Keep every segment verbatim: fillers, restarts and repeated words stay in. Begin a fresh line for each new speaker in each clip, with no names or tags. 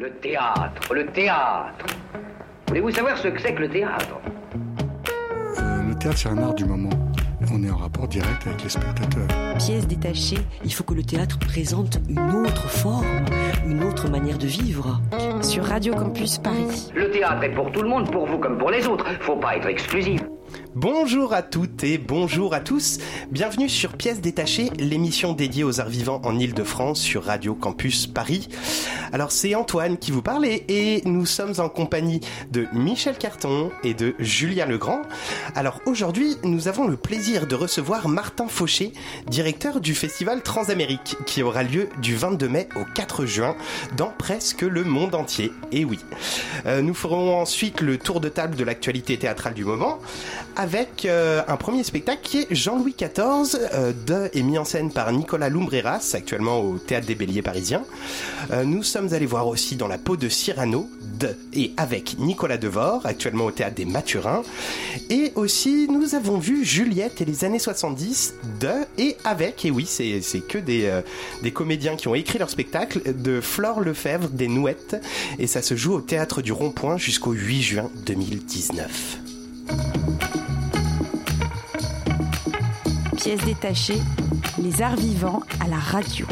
Le théâtre, le théâtre. Voulez-vous savoir ce que c'est que le théâtre ?
euh, Le théâtre, c'est un art du moment. On est en rapport direct avec les spectateurs.
Pièce détachée, il faut que le théâtre présente une autre forme, une autre manière de vivre.
Sur Radio Campus Paris.
Le théâtre est pour tout le monde, pour vous comme pour les autres. Faut pas être exclusif.
Bonjour à toutes et bonjour à tous. Bienvenue sur Pièces détachées, l'émission dédiée aux arts vivants en Île-de-France sur Radio Campus Paris. Alors c'est Antoine qui vous parle et, et nous sommes en compagnie de Michel Carton et de Julien Legrand. Alors aujourd'hui, nous avons le plaisir de recevoir Martin Fauché, directeur du festival Transamérique, qui aura lieu du vingt-deux mai au quatre juin dans presque le monde entier. Et oui. Euh, nous ferons ensuite le tour de table de l'actualité théâtrale du moment, avec euh, un premier spectacle qui est Jean-Louis quatorze, euh, de et mis en scène par Nicolas Lumbreras, actuellement au Théâtre des Béliers parisien. Euh, nous sommes allés voir aussi Dans la peau de Cyrano, de et avec Nicolas Devor, actuellement au Théâtre des Mathurins. Et aussi, nous avons vu Juliette et les années soixante-dix, de et avec, et oui, c'est, c'est que des, euh, des comédiens qui ont écrit leur spectacle, de Flore Lefebvre, des Nouettes. Et ça se joue au Théâtre du Rond-Point jusqu'au huit juin deux mille dix-neuf.
Pièces détachées, les arts vivants à la radio.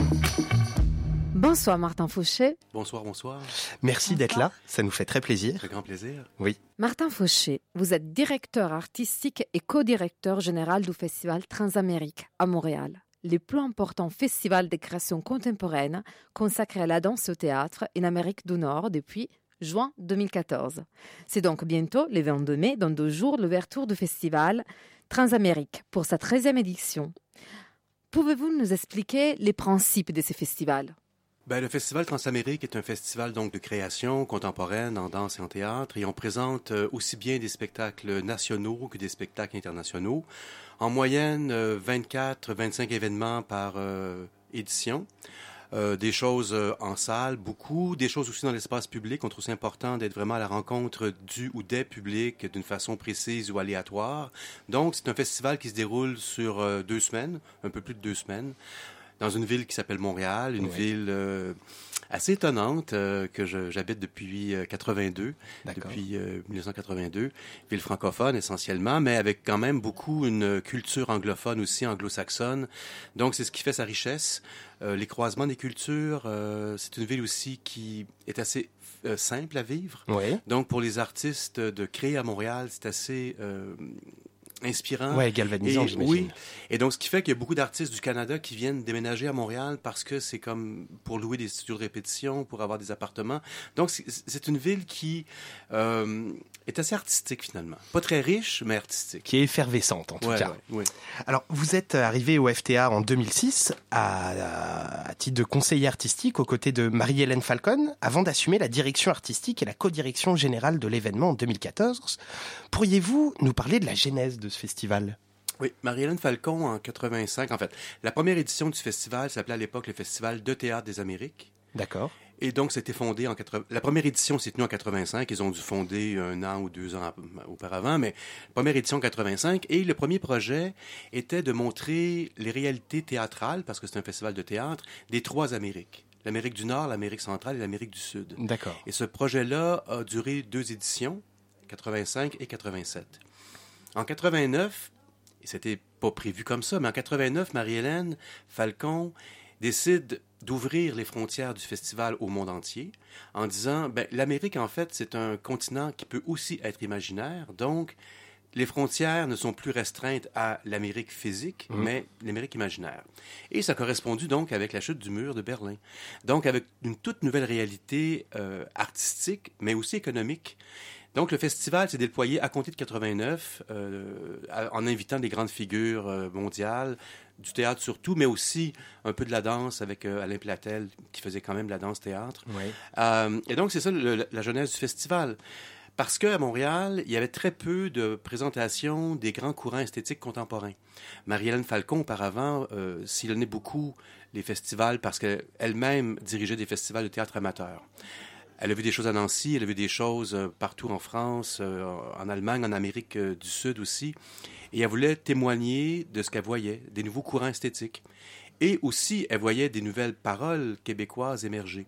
Bonsoir Martin Fauché.
Bonsoir, bonsoir.
Merci bonsoir. D'être là, ça nous fait très plaisir.
Très grand plaisir.
Oui.
Martin Fauché, vous êtes directeur artistique et co-directeur général du Festival Transamérique à Montréal, le plus important festival de création contemporaine consacré à la danse et au théâtre en Amérique du Nord depuis juin deux mille quatorze. C'est donc bientôt, le vingt-deux mai, dans deux jours, l'ouverture du festival Transamérique pour sa treizième édition. Pouvez-vous nous expliquer les principes de ce festival ?
Ben, le Festival Transamérique est un festival donc de création contemporaine en danse et en théâtre, et on présente euh, aussi bien des spectacles nationaux que des spectacles internationaux. En moyenne, euh, vingt-quatre à vingt-cinq événements par euh, édition. Euh, des choses euh, en salle, beaucoup, des choses aussi dans l'espace public. On trouve ça important d'être vraiment à la rencontre du ou des publics d'une façon précise ou aléatoire. Donc, c'est un festival qui se déroule sur euh, deux semaines, un peu plus de deux semaines, dans une ville qui s'appelle Montréal, une oui. ville euh, assez étonnante euh, que je, j'habite depuis euh, quatre-vingt-deux, D'accord. depuis euh, dix-neuf cent quatre-vingt-deux, ville francophone essentiellement, mais avec quand même beaucoup une culture anglophone aussi, anglo-saxonne. Donc c'est ce qui fait sa richesse. Euh, les croisements des cultures, euh, c'est une ville aussi qui est assez euh, simple à vivre.
Oui.
Donc pour les artistes de créer à Montréal, c'est assez euh, inspirant.
Ouais, galvanisant,
et,
j'imagine.
Oui. Et donc, ce qui fait qu'il y a beaucoup d'artistes du Canada qui viennent déménager à Montréal parce que c'est comme pour louer des studios de répétition, pour avoir des appartements. Donc, c'est, c'est une ville qui euh, est assez artistique, finalement. Pas très riche, mais artistique.
Qui est effervescente, en tout
ouais,
cas.
Ouais, ouais.
Alors, vous êtes arrivé au F T A en deux mille six à, à, à titre de conseiller artistique aux côtés de Marie-Hélène Falcon avant d'assumer la direction artistique et la codirection générale de l'événement en deux mille quatorze. Pourriez-vous nous parler de la genèse de ce festival?
Oui, Marie-Hélène Falcon en quatre-vingt-cinq, en fait. La première édition du festival s'appelait à l'époque le Festival de théâtre des Amériques.
D'accord.
Et donc, c'était fondé en quatre-vingts... La première édition s'est tenue en quatre-vingt-cinq. Ils ont dû fonder un an ou deux ans auparavant, mais la première édition en quatre-vingt-cinq. Et le premier projet était de montrer les réalités théâtrales, parce que c'est un festival de théâtre, des trois Amériques. L'Amérique du Nord, l'Amérique centrale et l'Amérique du Sud.
D'accord.
Et ce projet-là a duré deux éditions, quatre-vingt-cinq et quatre-vingt-sept. En quatre-vingt-neuf, et c'était pas prévu comme ça, mais en quatre-vingt-neuf, Marie-Hélène Falcon décide d'ouvrir les frontières du festival au monde entier en disant, ben, l'Amérique, en fait, c'est un continent qui peut aussi être imaginaire, donc les frontières ne sont plus restreintes à l'Amérique physique, mmh. mais l'Amérique imaginaire. Et ça correspondu donc avec la chute du mur de Berlin. Donc avec une toute nouvelle réalité euh, artistique, mais aussi économique. Donc, le festival s'est déployé à compter de quatre-vingt-neuf, euh, en invitant des grandes figures euh, mondiales, du théâtre surtout, mais aussi un peu de la danse avec euh, Alain Platel, qui faisait quand même de la danse-théâtre.
Oui.
Euh, et donc, c'est ça le, la genèse du festival. Parce qu'à Montréal, il y avait très peu de présentations des grands courants esthétiques contemporains. Marie-Hélène Falcon, auparavant, euh, sillonnait beaucoup les festivals parce qu'elle-même dirigeait des festivals de théâtre amateur. Elle a vu des choses à Nancy, elle a vu des choses euh, partout en France, euh, en Allemagne, en Amérique euh, du Sud aussi. Et elle voulait témoigner de ce qu'elle voyait, des nouveaux courants esthétiques. Et aussi, elle voyait des nouvelles paroles québécoises émerger.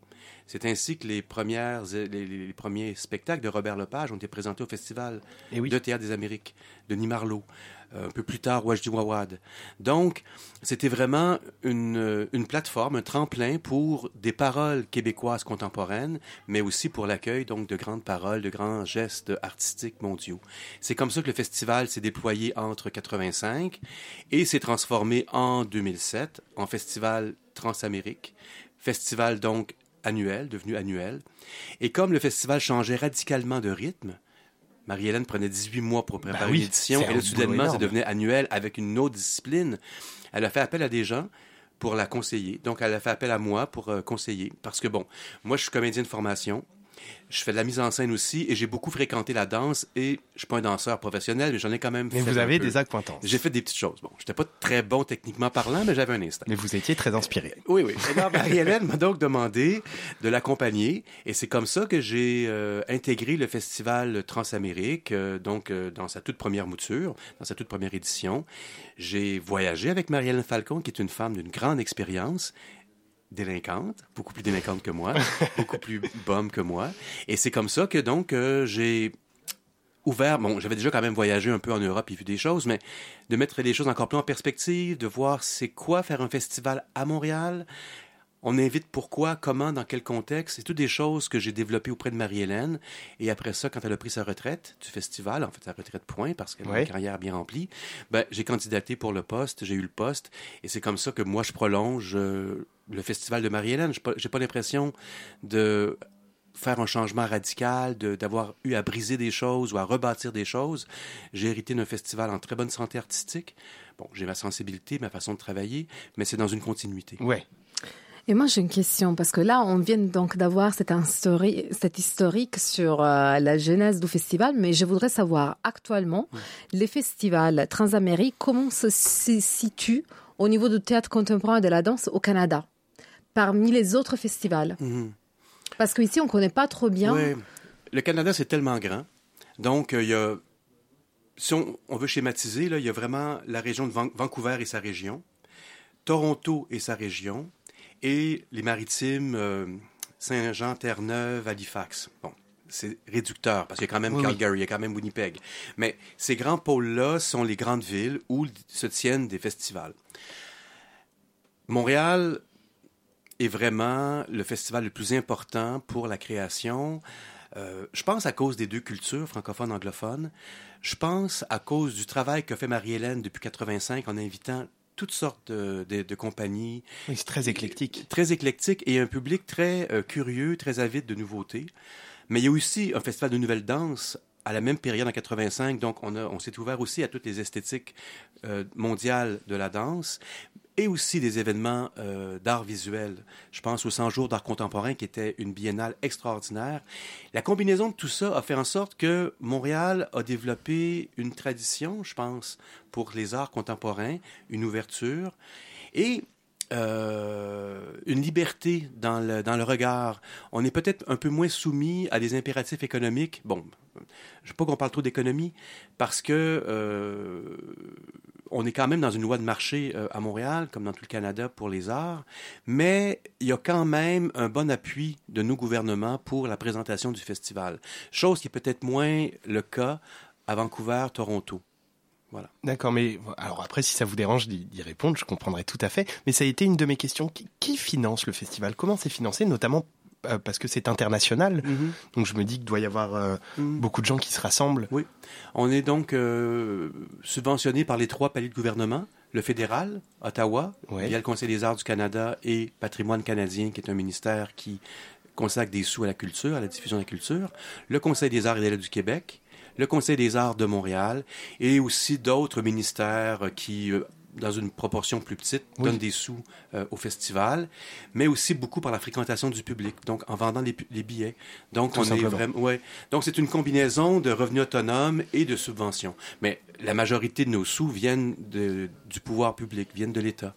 C'est ainsi que les, premières, les, les premiers spectacles de Robert Lepage ont été présentés au Festival oui. de théâtre des Amériques, de Denis Marleau, euh, un peu plus tard, Wajdi Wawad. Donc, c'était vraiment une, une plateforme, un tremplin pour des paroles québécoises contemporaines, mais aussi pour l'accueil donc de grandes paroles, de grands gestes artistiques mondiaux. C'est comme ça que le festival s'est déployé entre quatre-vingt-cinq et s'est transformé en deux mille sept en Festival Transamérique, festival donc annuel, devenu annuel. Et comme le festival changeait radicalement de rythme, Marie-Hélène prenait dix-huit mois pour préparer ben oui, une édition, et là, soudainement, ça devenait annuel avec une autre discipline. Elle a fait appel à des gens pour la conseiller. Donc, elle a fait appel à moi pour euh, conseiller. Parce que, bon, moi, je suis comédien de formation. Je fais de la mise en scène aussi et j'ai beaucoup fréquenté la danse et je suis pas un danseur professionnel, mais j'en ai quand même
mais fait. Mais vous avez des accointances.
J'ai fait des petites choses. Bon, j'étais pas très bon techniquement parlant, mais j'avais un instinct.
Mais vous étiez très inspiré.
Oui, oui. Alors, Marie-Hélène m'a donc demandé de l'accompagner et c'est comme ça que j'ai euh, intégré le festival Transamérique, euh, donc euh, dans sa toute première mouture, dans sa toute première édition. J'ai voyagé avec Marie-Hélène Falcon, qui est une femme d'une grande expérience, délinquante, beaucoup plus délinquante que moi, beaucoup plus bombe que moi. Et c'est comme ça que donc euh, j'ai ouvert, bon, j'avais déjà quand même voyagé un peu en Europe et vu des choses, mais de mettre les choses encore plus en perspective, de voir c'est quoi faire un festival à Montréal, on invite pourquoi, comment, dans quel contexte, c'est toutes des choses que j'ai développées auprès de Marie-Hélène. Et après ça, quand elle a pris sa retraite du festival, en fait sa retraite point, parce qu'elle a oui. une carrière bien remplie, ben, j'ai candidaté pour le poste, j'ai eu le poste, et c'est comme ça que moi je prolonge euh, le festival de Marie-Hélène. J'ai pas, j'ai pas l'impression de faire un changement radical, de, d'avoir eu à briser des choses ou à rebâtir des choses. J'ai hérité d'un festival en très bonne santé artistique. Bon, j'ai ma sensibilité, ma façon de travailler, mais c'est dans une continuité.
Ouais.
Et moi, j'ai une question, parce que là, on vient donc d'avoir cette, histori- cette historique sur euh, la genèse du festival, mais je voudrais savoir, actuellement, oui. les festivals Transamérique, comment se situent au niveau du théâtre contemporain et de la danse au Canada, parmi les autres festivals? Mm-hmm. Parce qu'ici, on ne connaît pas trop bien.
Oui, le Canada, c'est tellement grand. Donc, il euh, y a, si on, on veut schématiser, il y a vraiment la région de Van- Vancouver et sa région, Toronto et sa région, et les maritimes, euh, Saint-Jean, Terre-Neuve, Halifax. Bon, c'est réducteur, parce qu'il y a quand même oui, Calgary, oui. il y a quand même Winnipeg. Mais ces grands pôles-là sont les grandes villes où se tiennent des festivals. Montréal est vraiment le festival le plus important pour la création. Euh, je pense à cause des deux cultures, francophones, anglophones. Je pense à cause du travail que fait Marie-Hélène depuis quatre-vingt-cinq en invitant toutes sortes de, de, de compagnies.
Oui, c'est très éclectique.
Très éclectique et un public très euh, curieux, très avide de nouveautés. Mais il y a aussi un festival de nouvelles danses à la même période en quatre-vingt-cinq, donc on, a, on s'est ouvert aussi à toutes les esthétiques euh, mondiales de la danse et aussi des événements euh, d'art visuel. Je pense aux cent jours d'art contemporain qui était une biennale extraordinaire. La combinaison de tout ça a fait en sorte que Montréal a développé une tradition, je pense, pour les arts contemporains, une ouverture et euh, une liberté dans le, dans le regard. On est peut-être un peu moins soumis à des impératifs économiques. Bon, je ne veux pas qu'on parle trop d'économie parce que euh, on est quand même dans une loi de marché euh, à Montréal, comme dans tout le Canada, pour les arts, mais il y a quand même un bon appui de nos gouvernements pour la présentation du festival, chose qui est peut-être moins le cas à Vancouver, Toronto. Voilà.
D'accord, mais alors après, si ça vous dérange d'y, d'y répondre, je comprendrai tout à fait, mais ça a été une de mes questions. Qui, qui finance le festival? Comment c'est financé, notamment euh, parce que c'est international, mm-hmm. donc je me dis qu'il doit y avoir euh, mm-hmm. beaucoup de gens qui se rassemblent.
Oui, on est donc euh, subventionné par les trois paliers de gouvernement, le fédéral, Ottawa, ouais. via le Conseil des arts du Canada et Patrimoine canadien, qui est un ministère qui consacre des sous à la culture, à la diffusion de la culture, le Conseil des arts et des lettres du Québec, le Conseil des arts de Montréal et aussi d'autres ministères qui, dans une proportion plus petite, oui. donnent des sous euh, au festival, mais aussi beaucoup par la fréquentation du public, donc en vendant les, les billets. Donc, Tout on simplement. est vraiment, ouais. Donc, c'est une combinaison de revenus autonomes et de subventions. Mais la majorité de nos sous viennent de, du pouvoir public, viennent de l'État.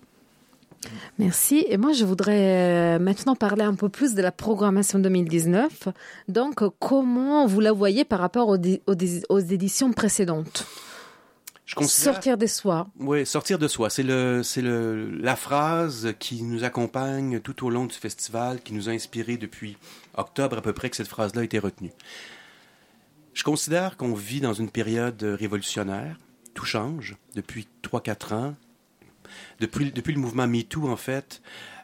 Merci. Et moi, je voudrais maintenant parler un peu plus de la programmation deux mille dix-neuf. Donc, comment vous la voyez par rapport aux, aux, aux éditions précédentes?
Je considère...
Sortir de soi.
Oui, sortir de soi. C'est, le, c'est le, la phrase qui nous accompagne tout au long du festival, qui nous a inspirés depuis octobre à peu près que cette phrase-là a été retenue. Je considère qu'on vit dans une période révolutionnaire. Tout change depuis trois quatre ans. Depuis, depuis le mouvement MeToo, en fait,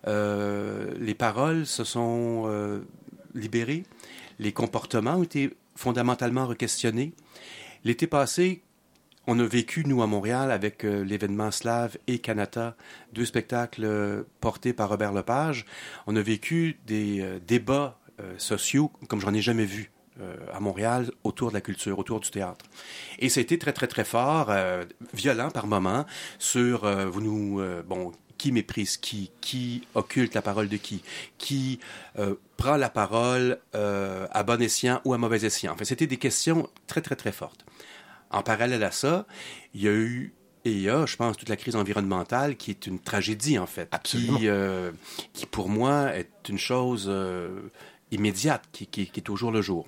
euh, les paroles se sont euh, libérées. Les comportements ont été fondamentalement requestionnés. L'été passé, on a vécu, nous, à Montréal, avec euh, l'événement Slave et Kanata, deux spectacles euh, portés par Robert Lepage. On a vécu des euh, débats euh, sociaux comme j'en ai jamais vu euh, à Montréal autour de la culture, autour du théâtre. Et ça a été très, très, très fort, euh, violent par moments, sur, euh, vous nous, euh, bon, qui méprise qui, qui occulte la parole de qui, qui euh, prend la parole euh, à bon escient ou à mauvais escient. Enfin, c'était des questions très, très, très fortes. En parallèle à ça, il y a eu, et il y a, je pense, toute la crise environnementale qui est une tragédie, en fait.
Absolument. Qui,
euh, qui pour moi, est une chose euh, immédiate, qui, qui, qui est au jour le jour.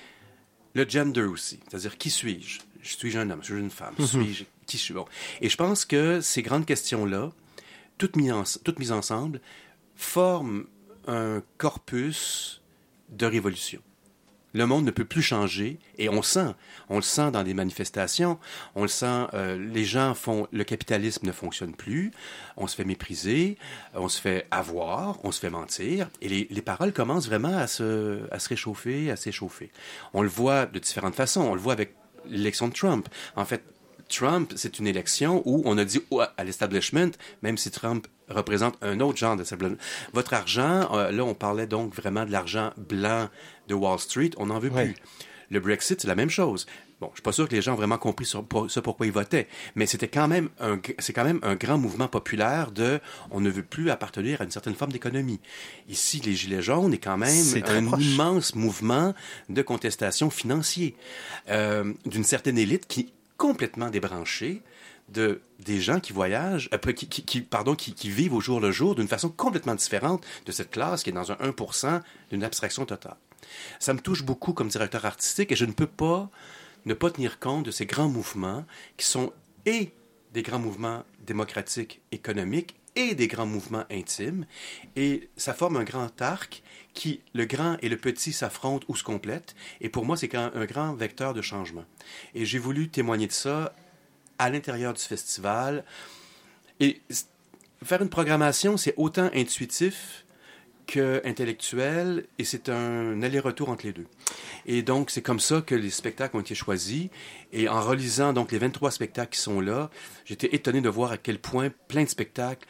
Le gender aussi, c'est-à-dire qui suis-je? Suis-je un homme? Suis-je une femme? Mm-hmm. Suis-je... Qui suis-je? Bon. Et je pense que ces grandes questions-là, toutes mises, en, toutes mises ensemble, forment un corpus de révolution. Le monde ne peut plus changer et on sent, on le sent dans des manifestations, on le sent, euh, les gens font, le capitalisme ne fonctionne plus, on se fait mépriser, on se fait avoir, on se fait mentir et les, les paroles commencent vraiment à se, à se réchauffer, à s'échauffer. On le voit de différentes façons, on le voit avec l'élection de Trump. En fait, Trump, c'est une élection où on a dit oh, à l'establishment, même si Trump représente un autre genre d'establishment, votre argent, euh, là on parlait donc vraiment de l'argent blanc de Wall Street, on n'en veut oui. plus. Le Brexit, c'est la même chose. Bon, je suis pas sûr que les gens ont vraiment compris sur, pour, ça pourquoi ils votaient, mais c'était quand même un, c'est quand même un grand mouvement populaire de on ne veut plus appartenir à une certaine forme d'économie. Ici, les Gilets jaunes est quand même c'est un proche. immense mouvement de contestation financier euh, d'une certaine élite qui complètement débranchée de des gens qui voyagent, euh, qui, qui, qui, pardon, qui, qui vivent au jour le jour d'une façon complètement différente de cette classe qui est dans un un pour cent d'une abstraction totale. Ça me touche beaucoup comme directeur artistique et je ne peux pas ne pas tenir compte de ces grands mouvements qui sont et des grands mouvements démocratiques, économiques et des grands mouvements intimes. Et ça forme un grand arc qui, le grand et le petit s'affrontent ou se complètent. Et pour moi, c'est un grand vecteur de changement. Et j'ai voulu témoigner de ça à l'intérieur du festival. Et faire une programmation, c'est autant intuitif qu'intellectuel, et c'est un aller-retour entre les deux. Et donc, c'est comme ça que les spectacles ont été choisis. Et en relisant donc les vingt-trois spectacles qui sont là, j'étais étonné de voir à quel point plein de spectacles,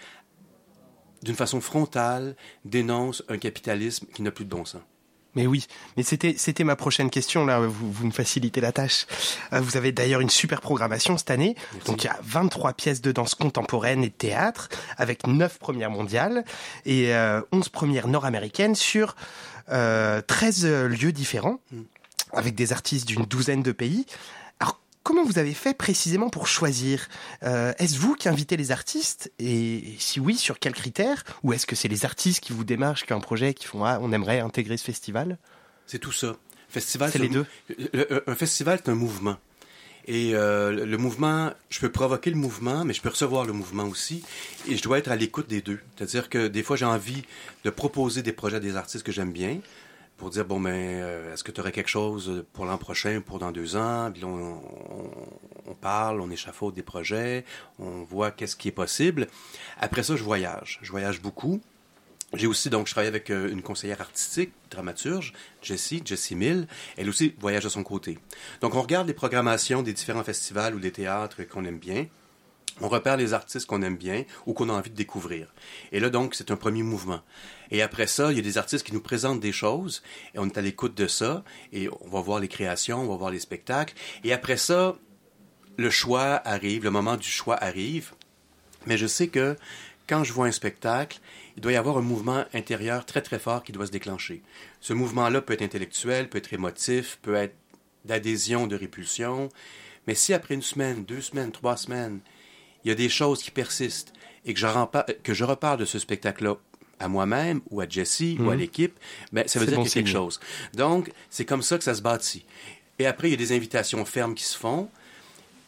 d'une façon frontale, dénoncent un capitalisme qui n'a plus de bon sens.
Mais oui, mais c'était c'était ma prochaine question, là, vous, vous me facilitez la tâche. Vous avez d'ailleurs une super programmation cette année. Merci. Donc il y a vingt-trois pièces de danse contemporaine et de théâtre, avec neuf premières mondiales et euh, onze premières nord-américaines sur euh, treize lieux différents, mm. avec des artistes d'une douzaine de pays. Alors, comment vous avez fait précisément pour choisir euh, Est-ce vous qui invitez les artistes? Et si oui, sur quels critères? Ou est-ce que c'est les artistes qui vous démarchent, qui ont un projet, qui font « Ah, on aimerait intégrer ce festival »
C'est tout ça. Festival,
c'est, c'est les deux.
Un, un festival, c'est un mouvement. Et euh, le mouvement, je peux provoquer le mouvement, mais je peux recevoir le mouvement aussi. Et je dois être à l'écoute des deux. C'est-à-dire que des fois, j'ai envie de proposer des projets à des artistes que j'aime bien, pour dire, bon, ben, euh, est-ce que tu aurais quelque chose pour l'an prochain, pour dans deux ans? Puis là, on, on, on parle, on échafaude des projets, on voit qu'est-ce qui est possible. Après ça, je voyage. Je voyage beaucoup. J'ai aussi, donc, je travaille avec euh, une conseillère artistique, dramaturge, Jessie, Jessie Mill. Elle aussi voyage de son côté. Donc, on regarde les programmations des différents festivals ou des théâtres qu'on aime bien. On repère les artistes qu'on aime bien ou qu'on a envie de découvrir. Et là, donc, c'est un premier mouvement. Et après ça, il y a des artistes qui nous présentent des choses et on est à l'écoute de ça et on va voir les créations, on va voir les spectacles. Et après ça, le choix arrive, le moment du choix arrive. Mais je sais que quand je vois un spectacle, il doit y avoir un mouvement intérieur très, très fort qui doit se déclencher. Ce mouvement-là peut être intellectuel, peut être émotif, peut être d'adhésion, de répulsion. Mais si après une semaine, deux semaines, trois semaines, il y a des choses qui persistent et que je, rempa- que je reparle de ce spectacle-là à moi-même ou à Jessie mmh. ou à l'équipe, ben, ça veut c'est dire bon qu'il y a quelque signe. chose. Donc, c'est comme ça que ça se bâtit. Et après, il y a des invitations fermes qui se font.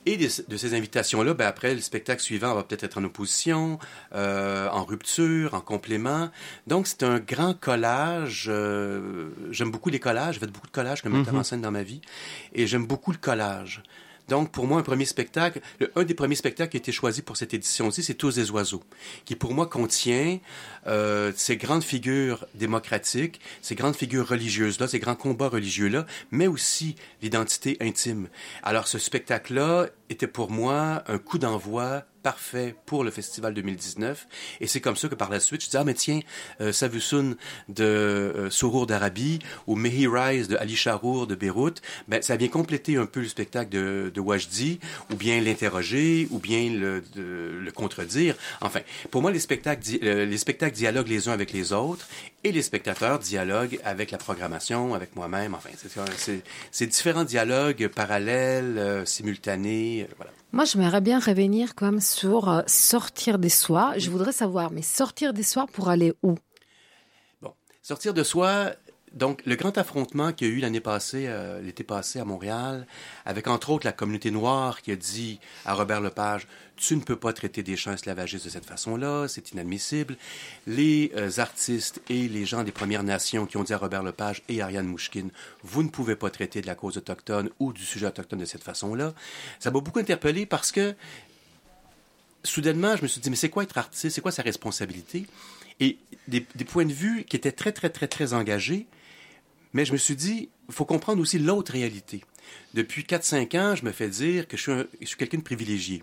Et de, de ces invitations-là, ben après, le spectacle suivant va peut-être être en opposition, euh, en rupture, en complément. Donc, c'est un grand collage. Euh, j'aime beaucoup les collages. J'ai fait beaucoup de collages comme metteur mm-hmm. en scène dans ma vie. Et j'aime beaucoup le collage. Donc, pour moi, un premier spectacle, le, un des premiers spectacles qui a été choisi pour cette édition-ci, c'est Tous des oiseaux, qui pour moi contient euh, ces grandes figures démocratiques, ces grandes figures religieuses-là, ces grands combats religieux-là, mais aussi l'identité intime. Alors, ce spectacle-là était pour moi un coup d'envoi parfait pour le festival deux mille dix-neuf. Et c'est comme ça que par la suite, je dis, ah, mais tiens, euh, Savusun de euh, Sourour d'Arabie ou Mehi Rise de Ali Charour de Beyrouth, ben, ça vient compléter un peu le spectacle de, de Wajdi, ou bien l'interroger, ou bien le, de, le contredire. Enfin, pour moi, les spectacles, di- euh, les spectacles dialoguent les uns avec les autres et les spectateurs dialoguent avec la programmation, avec moi-même. Enfin, c'est, c'est, c'est différents dialogues parallèles, euh, simultanés, euh, voilà.
Moi, j'aimerais bien revenir quand même sur euh, sortir de soi. Je voudrais savoir, mais sortir de soi pour aller où?
Bon, sortir de soi, donc le grand affrontement qu'il y a eu l'année passée, euh, l'été passé à Montréal, avec entre autres la communauté noire qui a dit à Robert Lepage, tu ne peux pas traiter des chants esclavagistes de cette façon-là, c'est inadmissible. Les euh, artistes et les gens des Premières Nations qui ont dit à Robert Lepage et Ariane Mouchkine, vous ne pouvez pas traiter de la cause autochtone ou du sujet autochtone de cette façon-là. Ça m'a beaucoup interpellé parce que soudainement, je me suis dit, mais c'est quoi être artiste? C'est quoi sa responsabilité? Et des, des points de vue qui étaient très, très, très, très engagés, mais je me suis dit, il faut comprendre aussi l'autre réalité. Depuis quatre cinq ans, je me fais dire que je suis, un, je suis quelqu'un de privilégié.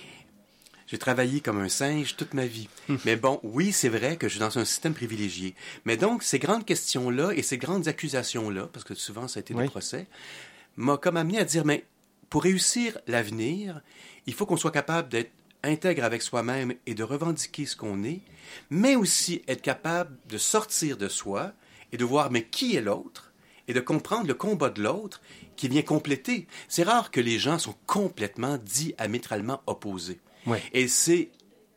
J'ai travaillé comme un singe toute ma vie. Hum. Mais bon, oui, c'est vrai que je suis dans un système privilégié. Mais donc, ces grandes questions-là et ces grandes accusations-là, parce que souvent ça a été oui. des procès, m'a comme amené à dire, mais pour réussir l'avenir, il faut qu'on soit capable d'être intègre avec soi-même et de revendiquer ce qu'on est, mais aussi être capable de sortir de soi et de voir, mais qui est l'autre? Et de comprendre le combat de l'autre qui vient compléter. C'est rare que les gens sont complètement diamétralement opposés. Ouais. Et c'est...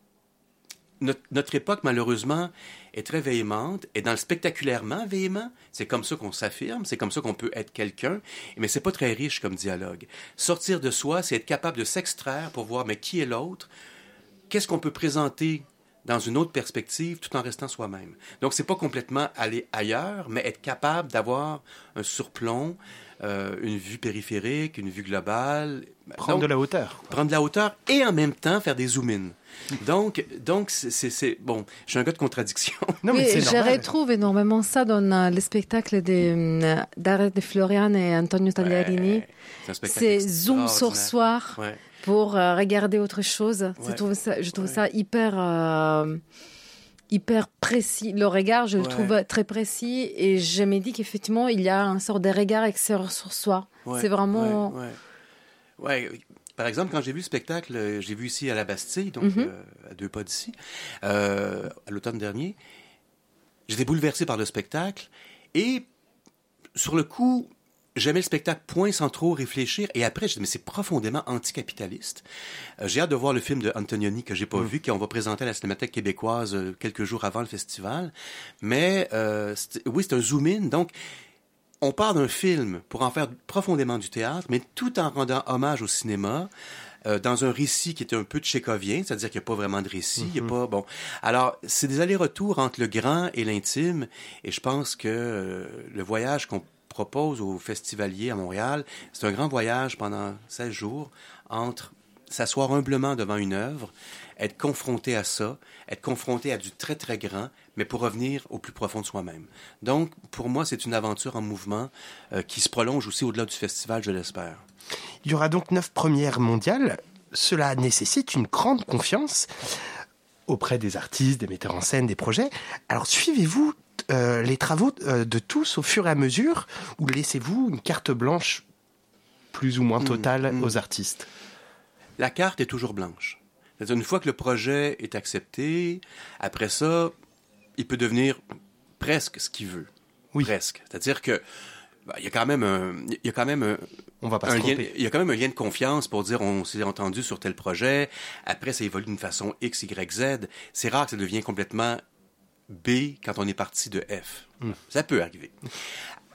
Notre, notre époque, malheureusement, est très véhémente, et dans le spectaculairement véhément, c'est comme ça qu'on s'affirme, c'est comme ça qu'on peut être quelqu'un, mais c'est pas très riche comme dialogue. Sortir de soi, c'est être capable de s'extraire pour voir, mais qui est l'autre? Qu'est-ce qu'on peut présenter dans une autre perspective, tout en restant soi-même. Donc, c'est pas complètement aller ailleurs, mais être capable d'avoir un surplomb, euh, une vue périphérique, une vue globale.
Prendre donc, de la hauteur.
Prendre de la hauteur et en même temps faire des zoom-in. Donc, donc c'est, c'est, c'est... Bon, je suis un gars de contradiction.
Non, mais oui, c'est je normal. retrouve énormément ça dans euh, le spectacle de, euh, d'Arrête de Florian et Antonio Tagliarini. Ouais, c'est, c'est zoom sur soi. Ouais. Pour euh, regarder autre chose. Ouais. Je trouve ça, je trouve ouais. ça hyper, euh, hyper précis. Le regard, je ouais. le trouve très précis. Et je me dis qu'effectivement, il y a un sort de regard extérieur sur soi. Ouais. C'est vraiment...
Ouais. Ouais. ouais. Par exemple, quand j'ai vu le spectacle, j'ai vu ici à la Bastille, donc mm-hmm. euh, à deux pas d'ici, euh, à l'automne dernier, j'étais bouleversé par le spectacle. Et sur le coup... J'aimais le spectacle point sans trop réfléchir. Et après, je dis, mais c'est profondément anticapitaliste. Euh, j'ai hâte de voir le film de Antonioni que j'ai pas mmh. vu, qu'on va présenter à la Cinémathèque québécoise euh, quelques jours avant le festival. Mais euh, c'est, oui, c'est un zoom-in. Donc, on part d'un film pour en faire profondément du théâtre, mais tout en rendant hommage au cinéma, euh, dans un récit qui est un peu tchékovien, c'est-à-dire qu'il n'y a pas vraiment de récit. Mmh. Il y a pas, bon. Alors, c'est des allers-retours entre le grand et l'intime. Et je pense que euh, le voyage qu'on propose aux festivaliers à Montréal, c'est un grand voyage pendant seize jours entre s'asseoir humblement devant une œuvre, être confronté à ça, être confronté à du très, très grand, mais pour revenir au plus profond de soi-même. Donc, pour moi, c'est une aventure en mouvement euh, qui se prolonge aussi au-delà du festival, je l'espère.
Il y aura donc neuf premières mondiales. Cela nécessite une grande confiance auprès des artistes, des metteurs en scène, des projets. Alors, suivez-vous Euh, les travaux euh, de tous au fur et à mesure, ou laissez-vous une carte blanche plus ou moins totale mmh, mmh. aux artistes?
La carte est toujours blanche. C'est-à-dire, une fois que le projet est accepté, après ça, il peut devenir presque ce qu'il veut. Oui. Presque. C'est-à-dire que bah, il y a quand même un, il y a quand même un,
on va pas
un
se
lien,
tromper.
Il y a quand même un lien de confiance pour dire on s'est entendu sur tel projet. Après, ça évolue d'une façon X, Y, Z. C'est rare que ça devienne complètement B quand on est parti de F. Mm. Ça peut arriver.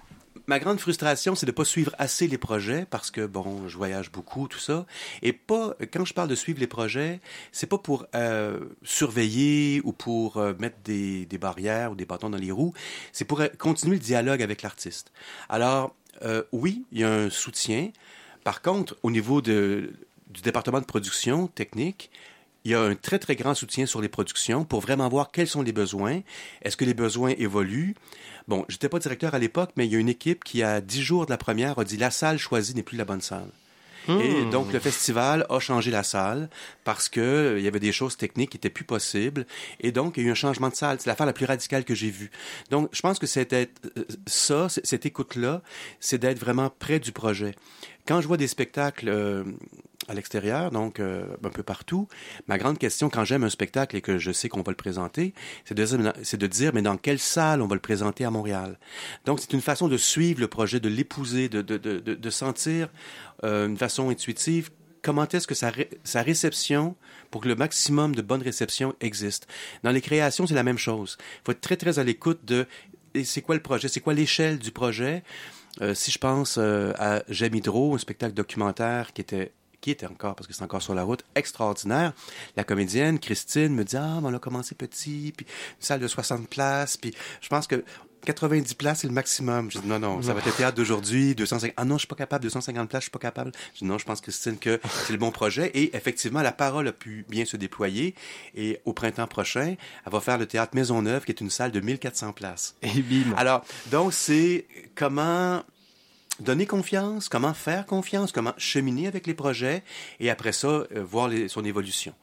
ma grande frustration, c'est de pas suivre assez les projets parce que, bon, je voyage beaucoup, tout ça. Et pas, quand je parle de suivre les projets, c'est pas pour euh, surveiller ou pour euh, mettre des, des barrières ou des bâtons dans les roues. C'est pour euh, continuer le dialogue avec l'artiste. Alors, euh, oui, il y a un soutien. Par contre, au niveau de, du département de production technique, il y a un très, très grand soutien sur les productions pour vraiment voir quels sont les besoins. Est-ce que les besoins évoluent? Bon, j'étais pas directeur à l'époque, mais il y a une équipe qui, à dix jours de la première, a dit « La salle choisie n'est plus la bonne salle ». Mmh. Et donc, le festival a changé la salle parce que euh, il y avait des choses techniques qui étaient plus possibles. Et donc, il y a eu un changement de salle. C'est l'affaire la plus radicale que j'ai vue. Donc, je pense que c'était euh, ça, cette écoute-là, c'est d'être vraiment près du projet. Quand je vois des spectacles euh, à l'extérieur, donc euh, un peu partout, ma grande question quand j'aime un spectacle et que je sais qu'on va le présenter, c'est de, c'est de dire, mais dans quelle salle on va le présenter à Montréal? Donc, c'est une façon de suivre le projet, de l'épouser, de, de, de, de, de sentir euh, une façon intuitive comment est-ce que sa, ré, sa réception, pour que le maximum de bonnes réceptions existe. Dans les créations, c'est la même chose. Il faut être très, très à l'écoute de et c'est quoi le projet, c'est quoi l'échelle du projet. Euh, si je pense euh, à J'aime Hydro, un spectacle documentaire qui était, qui était encore, parce que c'est encore sur la route, extraordinaire, la comédienne Christine me dit « Ah, on a commencé petit, puis une salle de soixante places, puis je pense que quatre-vingt-dix places, c'est le maximum. » Je dis « Non, non, ça va être le théâtre d'aujourd'hui, deux cent cinquante. Ah non, je suis pas capable, deux cent cinquante places, je suis pas capable. » Je dis « Non, je pense, Christine, que c'est le bon projet. » Et effectivement, la parole a pu bien se déployer. Et au printemps prochain, elle va faire le théâtre Maisonneuve, qui est une salle de mille quatre cents places.
Et bim! Alors,
donc, c'est comment donner confiance, comment faire confiance, comment cheminer avec les projets, et après ça, euh, voir les, son évolution.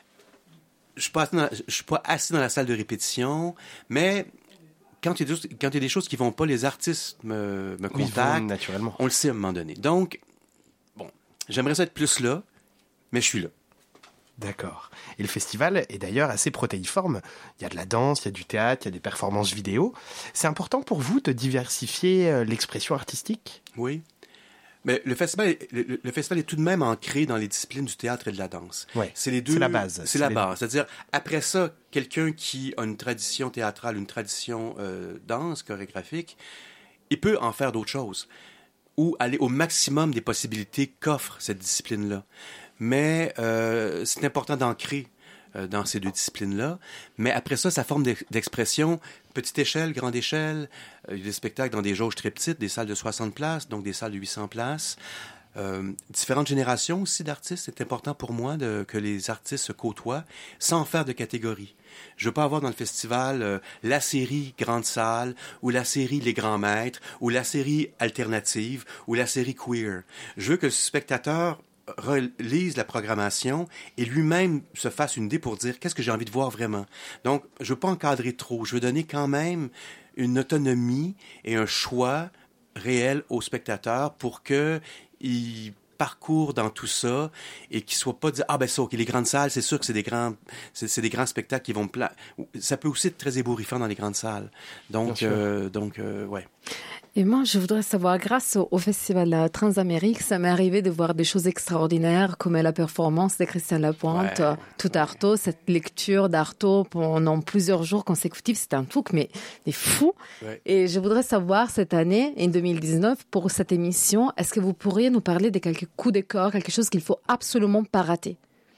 Je suis pas assis dans la, je suis pas assis dans la salle de répétition, mais quand il y a des, quand il y a des choses qui vont pas, les artistes me, me contactent.
Oui, naturellement.
On le sait à un moment donné. Donc, bon, j'aimerais ça être plus là, mais je suis là.
D'accord. Et le festival est d'ailleurs assez protéiforme. Il y a de la danse, il y a du théâtre, il y a des performances vidéo. C'est important pour vous de diversifier l'expression artistique?
Oui. Mais le festival, le, le festival est tout de même ancré dans les disciplines du théâtre et de la danse.
Ouais,
c'est les deux.
C'est la base.
C'est, c'est la les... base. C'est-à-dire, après ça, quelqu'un qui a une tradition théâtrale, une tradition euh, danse, chorégraphique, il peut en faire d'autres choses ou aller au maximum des possibilités qu'offre cette discipline-là. Mais euh, c'est important d'ancrer euh, dans ces deux disciplines-là. Mais après ça, sa forme d'expression, petite échelle, grande échelle, euh, il y a des spectacles dans des jauges très petites, des salles de soixante places, donc des salles de huit cents places. Euh, différentes générations aussi d'artistes. C'est important pour moi de, que les artistes se côtoient sans faire de catégorie. Je veux pas avoir dans le festival euh, la série grande salle ou la série les grands maîtres ou la série alternative ou la série queer. Je veux que le spectateur relise la programmation et lui-même se fasse une idée pour dire qu'est-ce que j'ai envie de voir vraiment. Donc, je veux pas encadrer trop. Je veux donner quand même une autonomie et un choix réel au spectateur pour que il parcourt dans tout ça et qu'il soit pas dit ah ben ça ok les grandes salles c'est sûr que c'est des grands c'est, c'est des grands spectacles qui vont me plaire. Ça peut aussi être très ébouriffant dans les grandes salles. Donc euh, donc euh, ouais.
Et moi, je voudrais savoir, grâce au, au Festival Transamérique, ça m'est arrivé de voir des choses extraordinaires, comme la performance de Christian Lapointe, ouais, tout ouais. Artaud, cette lecture d'Artaud pendant plusieurs jours consécutifs, c'était un truc, mais des fous. Ouais. Et je voudrais savoir, cette année, en deux mille dix-neuf, pour cette émission, est-ce que vous pourriez nous parler de quelques coups de cœur, quelque chose qu'il faut absolument pas rater?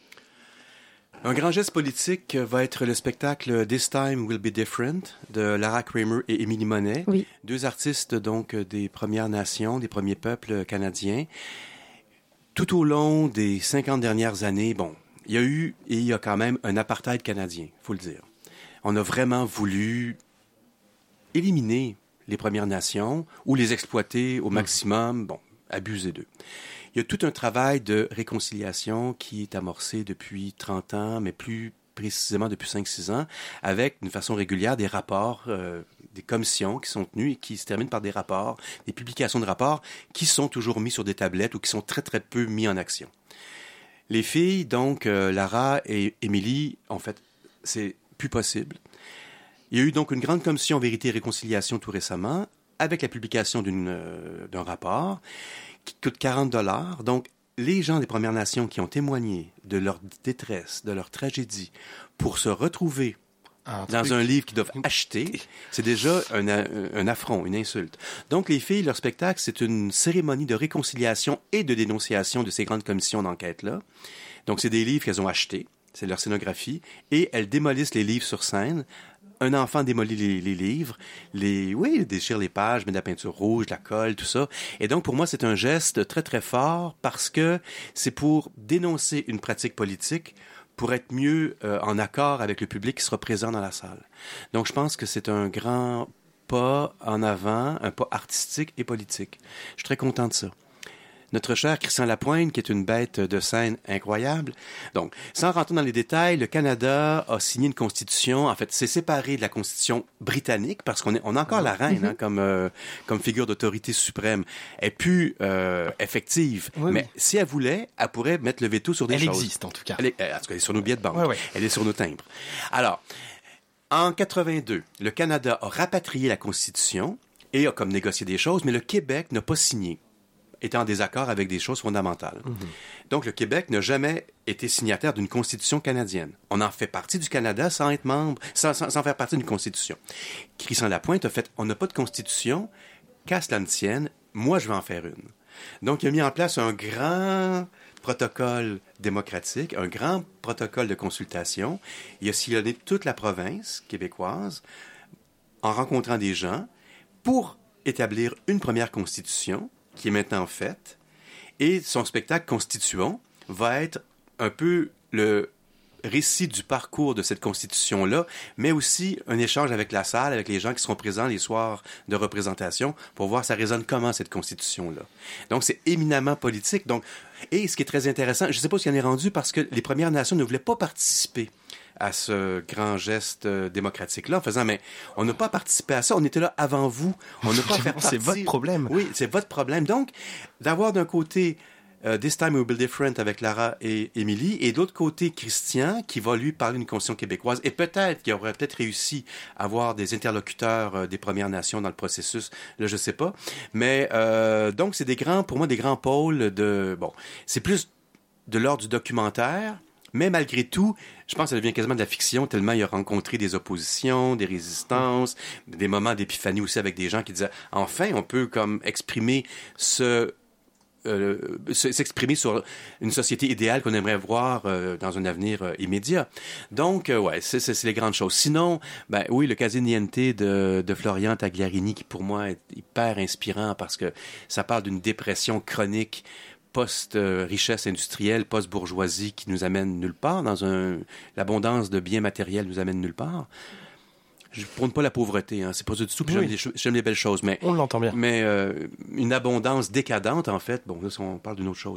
Un grand geste politique va être le spectacle This Time Will Be Different de Lara Kramer et Émilie Monet, oui. Deux artistes donc des Premières Nations, des premiers peuples canadiens. Tout au long des cinquante dernières années, bon, il y a eu et il y a quand même un apartheid canadien, faut le dire. On a vraiment voulu éliminer les Premières Nations ou les exploiter au maximum, bon, abuser d'eux. Il y a tout un travail de réconciliation qui est amorcé depuis trente ans, mais plus précisément depuis cinq six ans, avec d'une façon régulière des rapports, euh, des commissions qui sont tenues et qui se terminent par des rapports, des publications de rapports qui sont toujours mis sur des tablettes ou qui sont très très peu mis en action. Les filles, donc euh, Lara et Émilie, en fait, c'est plus possible. Il y a eu donc une grande commission Vérité et Réconciliation tout récemment, avec la publication d'une, euh, d'un rapport qui coûte quarante dollars. Donc, les gens des Premières Nations qui ont témoigné de leur détresse, de leur tragédie, pour se retrouver
un
dans
truc.
un livre qu'ils doivent acheter, c'est déjà un, un affront, une insulte. Donc, les filles, leur spectacle, c'est une cérémonie de réconciliation et de dénonciation de ces grandes commissions d'enquête-là. Donc, c'est des livres qu'elles ont achetés, c'est leur scénographie, et elles démolissent les livres sur scène. Un enfant démolit les, les livres, les, oui, il déchire les pages, met de la peinture rouge, de la colle, tout ça. Et donc, pour moi, c'est un geste très, très fort parce que c'est pour dénoncer une pratique politique pour être mieux euh, en accord avec le public qui sera présent dans la salle. Donc, je pense que c'est un grand pas en avant, un pas artistique et politique. Je suis très content de ça. Notre cher Christian Lapointe, qui est une bête de scène incroyable. Donc, sans rentrer dans les détails, le Canada a signé une constitution. En fait, c'est séparé de la constitution britannique parce qu'on est, on a encore la reine mm-hmm. hein, comme, euh, comme figure d'autorité suprême. Elle est plus euh, effective. Oui, mais oui. si elle voulait, elle pourrait mettre le veto sur des
elle
choses.
Elle existe, en tout cas.
Elle est, en tout cas, elle est sur nos billets de banque.
Ouais, ouais.
Elle est sur nos timbres. Alors, en quatre-vingt-deux, le Canada a rapatrié la constitution et a comme négocié des choses, mais le Québec n'a pas signé, étant en désaccord avec des choses fondamentales. Mm-hmm. Donc, le Québec n'a jamais été signataire d'une constitution canadienne. On en fait partie du Canada sans être membre, sans, sans, sans faire partie d'une constitution. Christian Lapointe a fait, on n'a pas de constitution, qu'à cela ne tienne, moi je vais en faire une. Donc, il a mis en place un grand protocole démocratique, un grand protocole de consultation. Il a sillonné toute la province québécoise en rencontrant des gens pour établir une première constitution qui est maintenant faite, et son spectacle constituant va être un peu le récit du parcours de cette constitution-là, mais aussi un échange avec la salle, avec les gens qui seront présents les soirs de représentation, pour voir ça résonne comment, cette constitution-là. Donc, c'est éminemment politique. Donc, et ce qui est très intéressant, je ne sais pas s'il y en est rendu, parce que les Premières Nations ne voulaient pas participer à ce grand geste euh, démocratique-là, en faisant, mais on n'a pas participé à ça, on était là avant vous, on n'a pas fait partie.
C'est votre problème.
Oui, c'est votre problème. Donc, d'avoir d'un côté euh, This Time Will Be Different avec Lara et Émilie, et de l'autre côté, Christian, qui va lui parler d'une constitution québécoise, et peut-être qu'il aurait peut-être réussi à avoir des interlocuteurs euh, des Premières Nations dans le processus, là, je sais pas. Mais, euh, donc, c'est des grands, pour moi, des grands pôles de, bon, c'est plus de l'ordre du documentaire, mais malgré tout, je pense que ça devient quasiment de la fiction, tellement il a rencontré des oppositions, des résistances, des moments d'épiphanie aussi avec des gens qui disaient « Enfin, on peut comme exprimer ce... Euh, s'exprimer sur une société idéale qu'on aimerait voir euh, dans un avenir euh, immédiat. » Donc, euh, ouais, c'est, c'est, c'est les grandes choses. Sinon, ben oui, le Case Niente de, de Florian Tagliarini, qui pour moi est hyper inspirant parce que ça parle d'une dépression chronique post-richesse industrielle, post-bourgeoisie qui nous amène nulle part, dans un... l'abondance de biens matériels nous amène nulle part. Je ne prône pas la pauvreté, hein. C'est pas du tout que oui. j'aime, les, j'aime les belles choses, mais...
On l'entend bien.
Mais euh, une abondance décadente, en fait, bon, là, on parle d'une autre chose.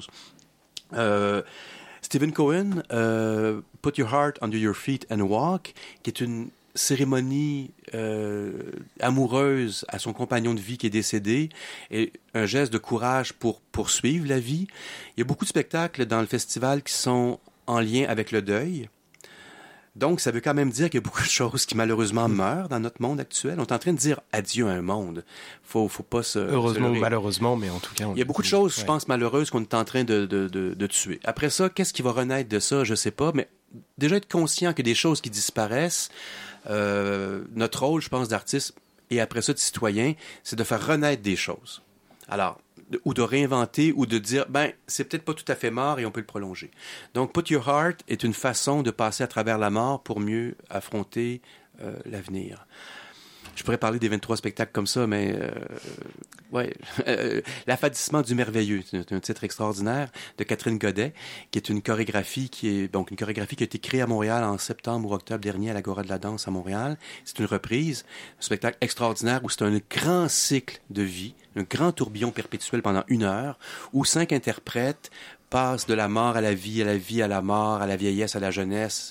Euh, Stephen Cohen, euh, Put Your Heart Under Your Feet and Walk, qui est une cérémonie euh, amoureuse à son compagnon de vie qui est décédé et un geste de courage pour poursuivre la vie. Il y a beaucoup de spectacles dans le festival qui sont en lien avec le deuil. Donc, ça veut quand même dire qu'il y a beaucoup de choses qui malheureusement meurent dans notre monde actuel. On est en train de dire adieu à un monde. Faut, faut pas se...
Heureusement
se
ou malheureusement, mais en tout cas... On...
Il y a beaucoup de choses,
ouais.
je pense, malheureuses qu'on est en train de, de, de, de tuer. Après ça, qu'est-ce qui va renaître de ça? Je sais pas, mais déjà être conscient que des choses qui disparaissent, euh, notre rôle, je pense, d'artiste et après ça de citoyen, c'est de faire renaître des choses. Alors, de, ou de réinventer ou de dire, ben, c'est peut-être pas tout à fait mort et on peut le prolonger. Donc, Put Your Heart est une façon de passer à travers la mort pour mieux affronter euh, l'avenir. Je pourrais parler des vingt-trois spectacles comme ça, mais euh, ouais, euh, L'affadissement du merveilleux, c'est un titre extraordinaire de Catherine Godet, qui est une chorégraphie qui est donc une chorégraphie qui a été créée à Montréal en septembre ou octobre dernier à l'Agora de la danse à Montréal. C'est une reprise, un spectacle extraordinaire où c'est un grand cycle de vie, un grand tourbillon perpétuel pendant une heure, où cinq interprètes passent de la mort à la vie, à la vie à la mort, à la vieillesse, à la jeunesse,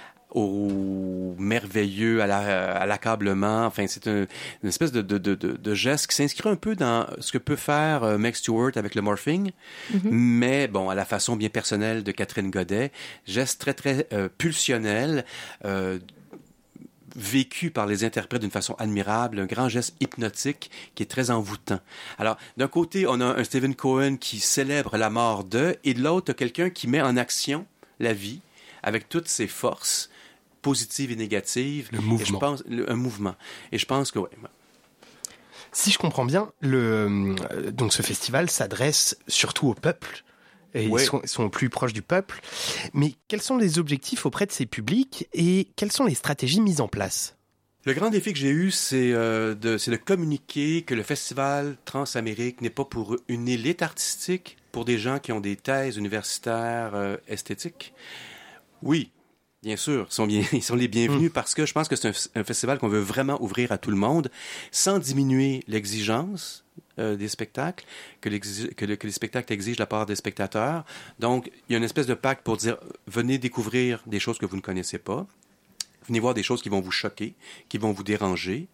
au merveilleux, à, la, à l'accablement. Enfin, c'est un, une espèce de, de, de, de geste qui s'inscrit un peu dans ce que peut faire euh, Meg Stewart avec le morphing, mm-hmm. mais bon, à la façon bien personnelle de Catherine Godet. Geste très, très euh, pulsionnel, euh, vécu par les interprètes d'une façon admirable, un grand geste hypnotique qui est très envoûtant. Alors, d'un côté, on a un Stephen Cohen qui célèbre la mort de, et de l'autre, quelqu'un qui met en action la vie avec toutes ses forces, positives et négatives.
Le mouvement.
Et je pense, le, un mouvement. Et je pense que, ouais.
Si je comprends bien, le, euh, donc ce festival s'adresse surtout au peuple. Et ouais. ils, sont, ils sont plus proches du peuple. Mais quels sont les objectifs auprès de ces publics et quelles sont les stratégies mises en place?
Le grand défi que j'ai eu, c'est, euh, de, c'est de communiquer que le Festival Transamérique n'est pas pour une élite artistique, pour des gens qui ont des thèses universitaires euh, esthétiques. Oui, bien sûr, ils sont, bien, ils sont les bienvenus mmh. parce que je pense que c'est un, un festival qu'on veut vraiment ouvrir à tout le monde, sans diminuer l'exigence euh, des spectacles, que, que, le, que les spectacles exigent de la part des spectateurs. Donc, il y a une espèce de pacte pour dire, venez découvrir des choses que vous ne connaissez pas. Venez voir des choses qui vont vous choquer, qui vont vous déranger,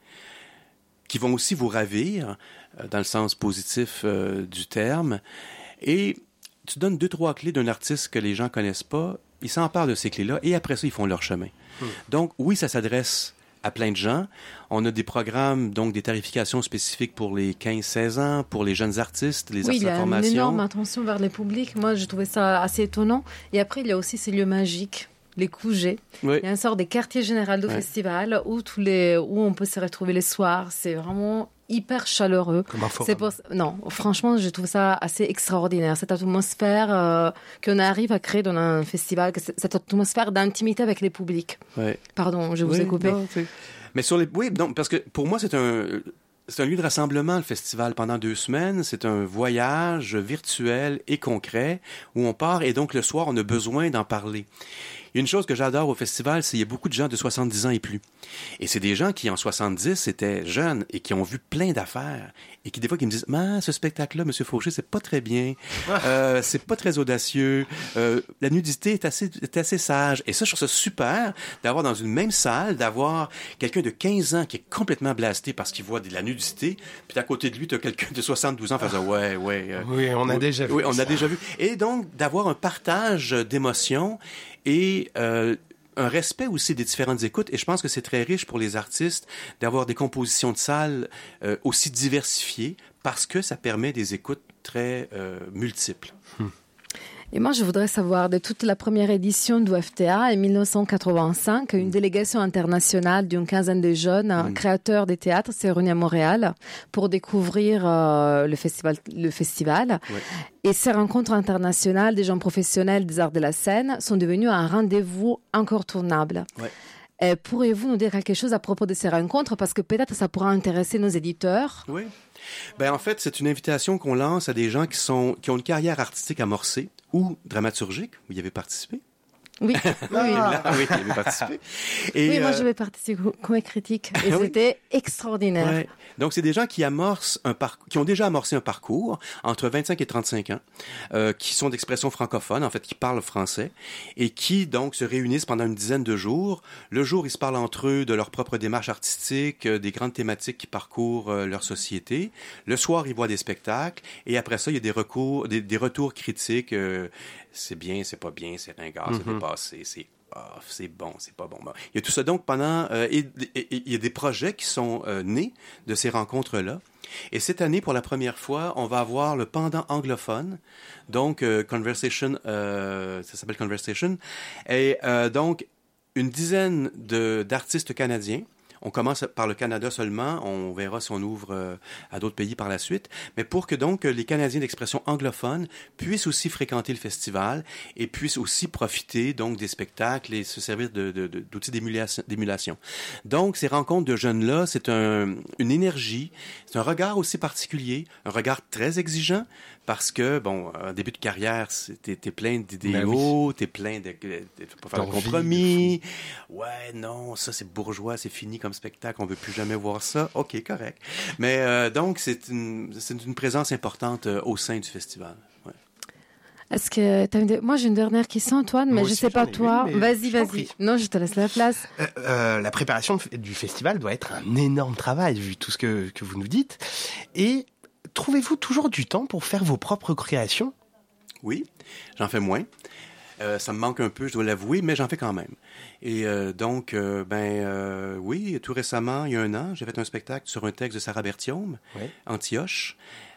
qui vont aussi vous ravir, euh, dans le sens positif euh, du terme. Et tu donnes deux, trois clés d'un artiste que les gens connaissent pas, ils s'emparent de ces clés-là, et après ça, ils font leur chemin. Mmh. Donc, oui, ça s'adresse à plein de gens. On a des programmes, donc des tarifications spécifiques pour les quinze seize ans, pour les jeunes artistes, les
oui,
artistes en formation.
Oui, il y a une énorme attention vers les publics. Moi, je trouvais ça assez étonnant. Et après, il y a aussi ces lieux magiques. Les Q G. Oui. Il y a une sorte des quartiers généraux du oui. festival où, tous les, où on peut se retrouver les soirs. C'est vraiment hyper chaleureux.
Comme un forum.
C'est pour, non, franchement, je trouve ça assez extraordinaire. Cette atmosphère euh, qu'on arrive à créer dans un festival, cette atmosphère d'intimité avec les publics.
Oui.
Pardon, je vous
oui,
ai coupé.
Non, mais sur les... Oui, non, parce que pour moi, c'est un... C'est un lieu de rassemblement, le festival, pendant deux semaines. C'est un voyage virtuel et concret où on part et donc le soir, on a besoin d'en parler. Il y a une chose que j'adore au festival, c'est qu'il y a beaucoup de gens de soixante-dix ans et plus. Et c'est des gens qui, en soixante-dix, étaient jeunes et qui ont vu plein d'affaires. Et qui, des fois, qui me disent « Mais ce spectacle-là, M. Fauché, c'est pas très bien. Euh, c'est pas très audacieux. Euh, la nudité est assez, est assez sage. » Et ça, je trouve ça super d'avoir dans une même salle, d'avoir quelqu'un de quinze ans qui est complètement blasté parce qu'il voit de la nudité. Puis à côté de lui, tu as quelqu'un de soixante-douze ans qui fait « Ouais, ouais. Euh,
oui, on a
oui,
déjà vu.
Oui, on
ça.
a déjà vu. » Et donc, d'avoir un partage d'émotions et euh, un respect aussi des différentes écoutes. Et je pense que c'est très riche pour les artistes d'avoir des compositions de salles euh, aussi diversifiées parce que ça permet des écoutes très euh, multiples.
Hmm.
Et moi, je voudrais savoir, de toute la première édition du F T A en mille neuf cent quatre-vingt-cinq, une délégation internationale d'une quinzaine de jeunes mmh. créateurs de théâtre s'est réunie à Montréal pour découvrir euh, le festival. Le festival. Ouais. Et ces rencontres internationales des gens professionnels des arts de la scène sont devenues un rendez-vous incontournable. Ouais. Euh, pourriez-vous nous dire quelque chose à propos de ces rencontres? Parce que peut-être ça pourra intéresser nos éditeurs.
Oui. Ben, en fait, c'est une invitation qu'on lance à des gens qui, sont, qui ont une carrière artistique amorcée ou dramaturgique. Vous y avez participé?
Oui.
oui. Là, oui, il avait participé. Et,
oui,
euh...
moi, je vais participer comme critique. Et oui. C'était extraordinaire.
Ouais. Donc, c'est des gens qui amorcent un parcours, qui ont déjà amorcé un parcours entre vingt-cinq et trente-cinq ans, euh, qui sont d'expression francophone, en fait, qui parlent français, et qui, donc, se réunissent pendant une dizaine de jours. Le jour, ils se parlent entre eux de leur propre démarche artistique, euh, des grandes thématiques qui parcourent euh, leur société. Le soir, ils voient des spectacles, et après ça, il y a des recours, des, des retours critiques, euh, c'est bien, c'est pas bien, c'est ringard, mm-hmm. c'est dépassé, c'est off, c'est bon, c'est pas bon. Il y a tout ça donc pendant... Euh, et, et, et, il y a des projets qui sont euh, nés de ces rencontres-là. Et cette année, pour la première fois, on va avoir le pendant anglophone, donc euh, Conversation, euh, ça s'appelle Conversation, et euh, donc une dizaine de, d'artistes canadiens. On commence par le Canada seulement, on verra si on ouvre euh, à d'autres pays par la suite, mais pour que donc les Canadiens d'expression anglophone puissent aussi fréquenter le festival et puissent aussi profiter donc des spectacles et se servir de, de, de, d'outils d'émulation, d'émulation. Donc ces rencontres de jeunes-là, c'est un, une énergie, c'est un regard aussi particulier, un regard très exigeant, parce que, bon, en début de carrière, t'es, t'es plein d'idéaux, ben oui. t'es plein de... de faut pas faire de compromis. Ouais, non, ça c'est bourgeois, c'est fini comme spectacle, on veut plus jamais voir ça. OK, correct. Mais euh, donc, c'est une, c'est une présence importante euh, au sein du festival. Ouais.
Est-ce que t'as une... Moi, j'ai une dernière question, Antoine, mais moi je sais pas toi. Une, vas-y, vas-y. Non, je te laisse la place.
Euh, euh, la préparation du festival doit être un énorme travail, vu tout ce que, que vous nous dites. Et trouvez-vous toujours du temps pour faire vos propres créations?
Oui, j'en fais moins. Euh, ça me manque un peu, je dois l'avouer, mais j'en fais quand même. Et euh, donc, euh, ben euh, oui, tout récemment, il y a un an, j'ai fait un spectacle sur un texte de Sarah Berthiaume, oui. Antioche.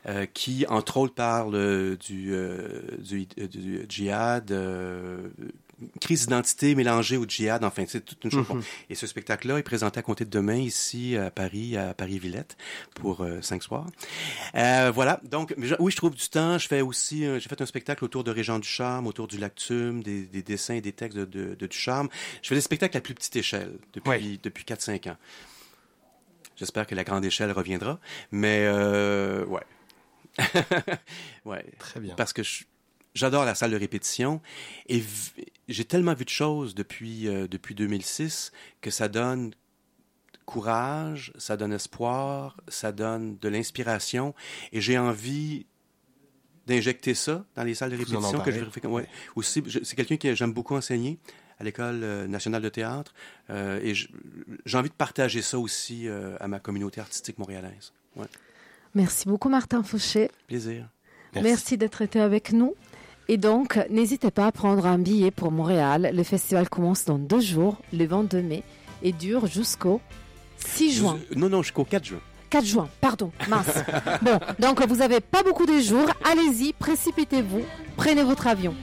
euh, qui, entre autres, parle euh, du, euh, du, euh, du djihad, euh, crise d'identité mélangée au djihad, enfin, c'est toute une chose. Mm-hmm. Et ce spectacle-là est présenté à compter de demain ici à Paris, à Paris-Villette, pour euh, cinq soirs. Euh, voilà. Donc, je, oui, je trouve du temps. Je fais aussi, euh, j'ai fait un spectacle autour de Régent Ducharme, autour du Lactume, des, des dessins et des textes de, de, de Ducharme. Je fais des spectacles à plus petite échelle depuis, oui. depuis quatre cinq ans. J'espère que la grande échelle reviendra. Mais, euh, ouais. ouais.
Très bien.
Parce que je, J'adore la salle de répétition et v- j'ai tellement vu de choses depuis, euh, depuis deux mille six que ça donne courage, ça donne espoir, ça donne de l'inspiration et j'ai envie d'injecter ça dans les salles de répétition. Que je fais, ouais. Aussi, je, c'est quelqu'un que j'aime beaucoup enseigner à l'École nationale de théâtre euh, et je, j'ai envie de partager ça aussi euh, à ma communauté artistique montréalaise. Ouais.
Merci beaucoup Martin Fauché.
Plaisir.
Merci, Merci d'être été avec nous. Et donc, n'hésitez pas à prendre un billet pour Montréal. Le festival commence dans deux jours, le vingt-deux mai, et dure jusqu'au six juin.
Je, non, non, jusqu'au quatre juin.
quatre juin, pardon, mince. Bon, donc vous n'avez pas beaucoup de jours. Allez-y, précipitez-vous, prenez votre avion.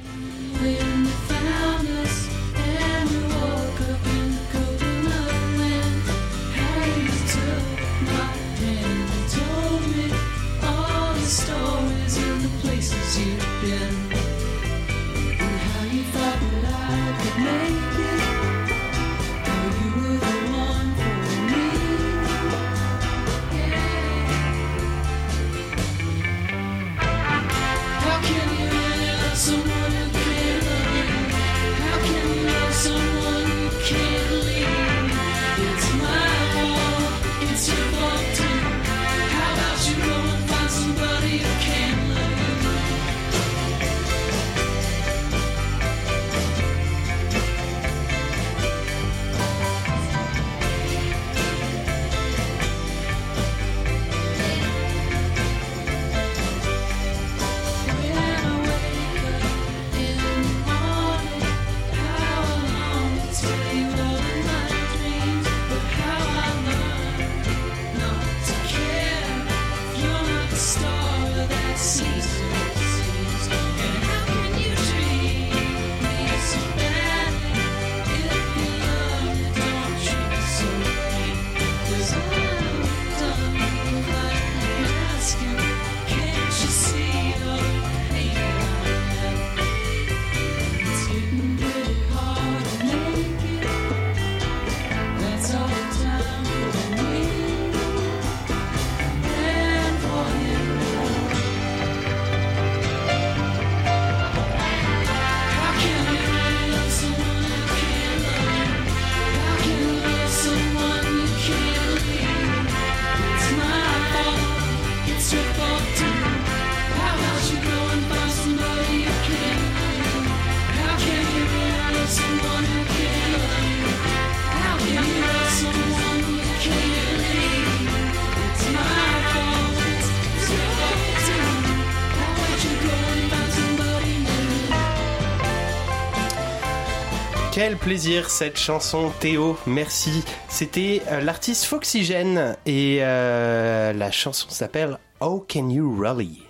Quel plaisir cette chanson, Théo, merci. C'était euh, l'artiste Foxygène et euh, la chanson s'appelle How Can You Rally.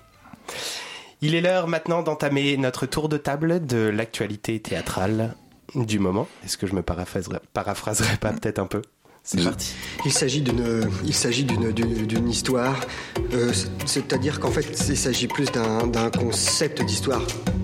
Il est l'heure maintenant d'entamer notre tour de table de l'actualité théâtrale du moment. Est-ce que je me paraphraserai, paraphraserai pas peut-être un peu ? C'est parti.
Il s'agit d'une, il s'agit d'une, d'une, d'une histoire, euh, c'est-à-dire qu'en fait, il s'agit plus d'un, d'un concept d'histoire.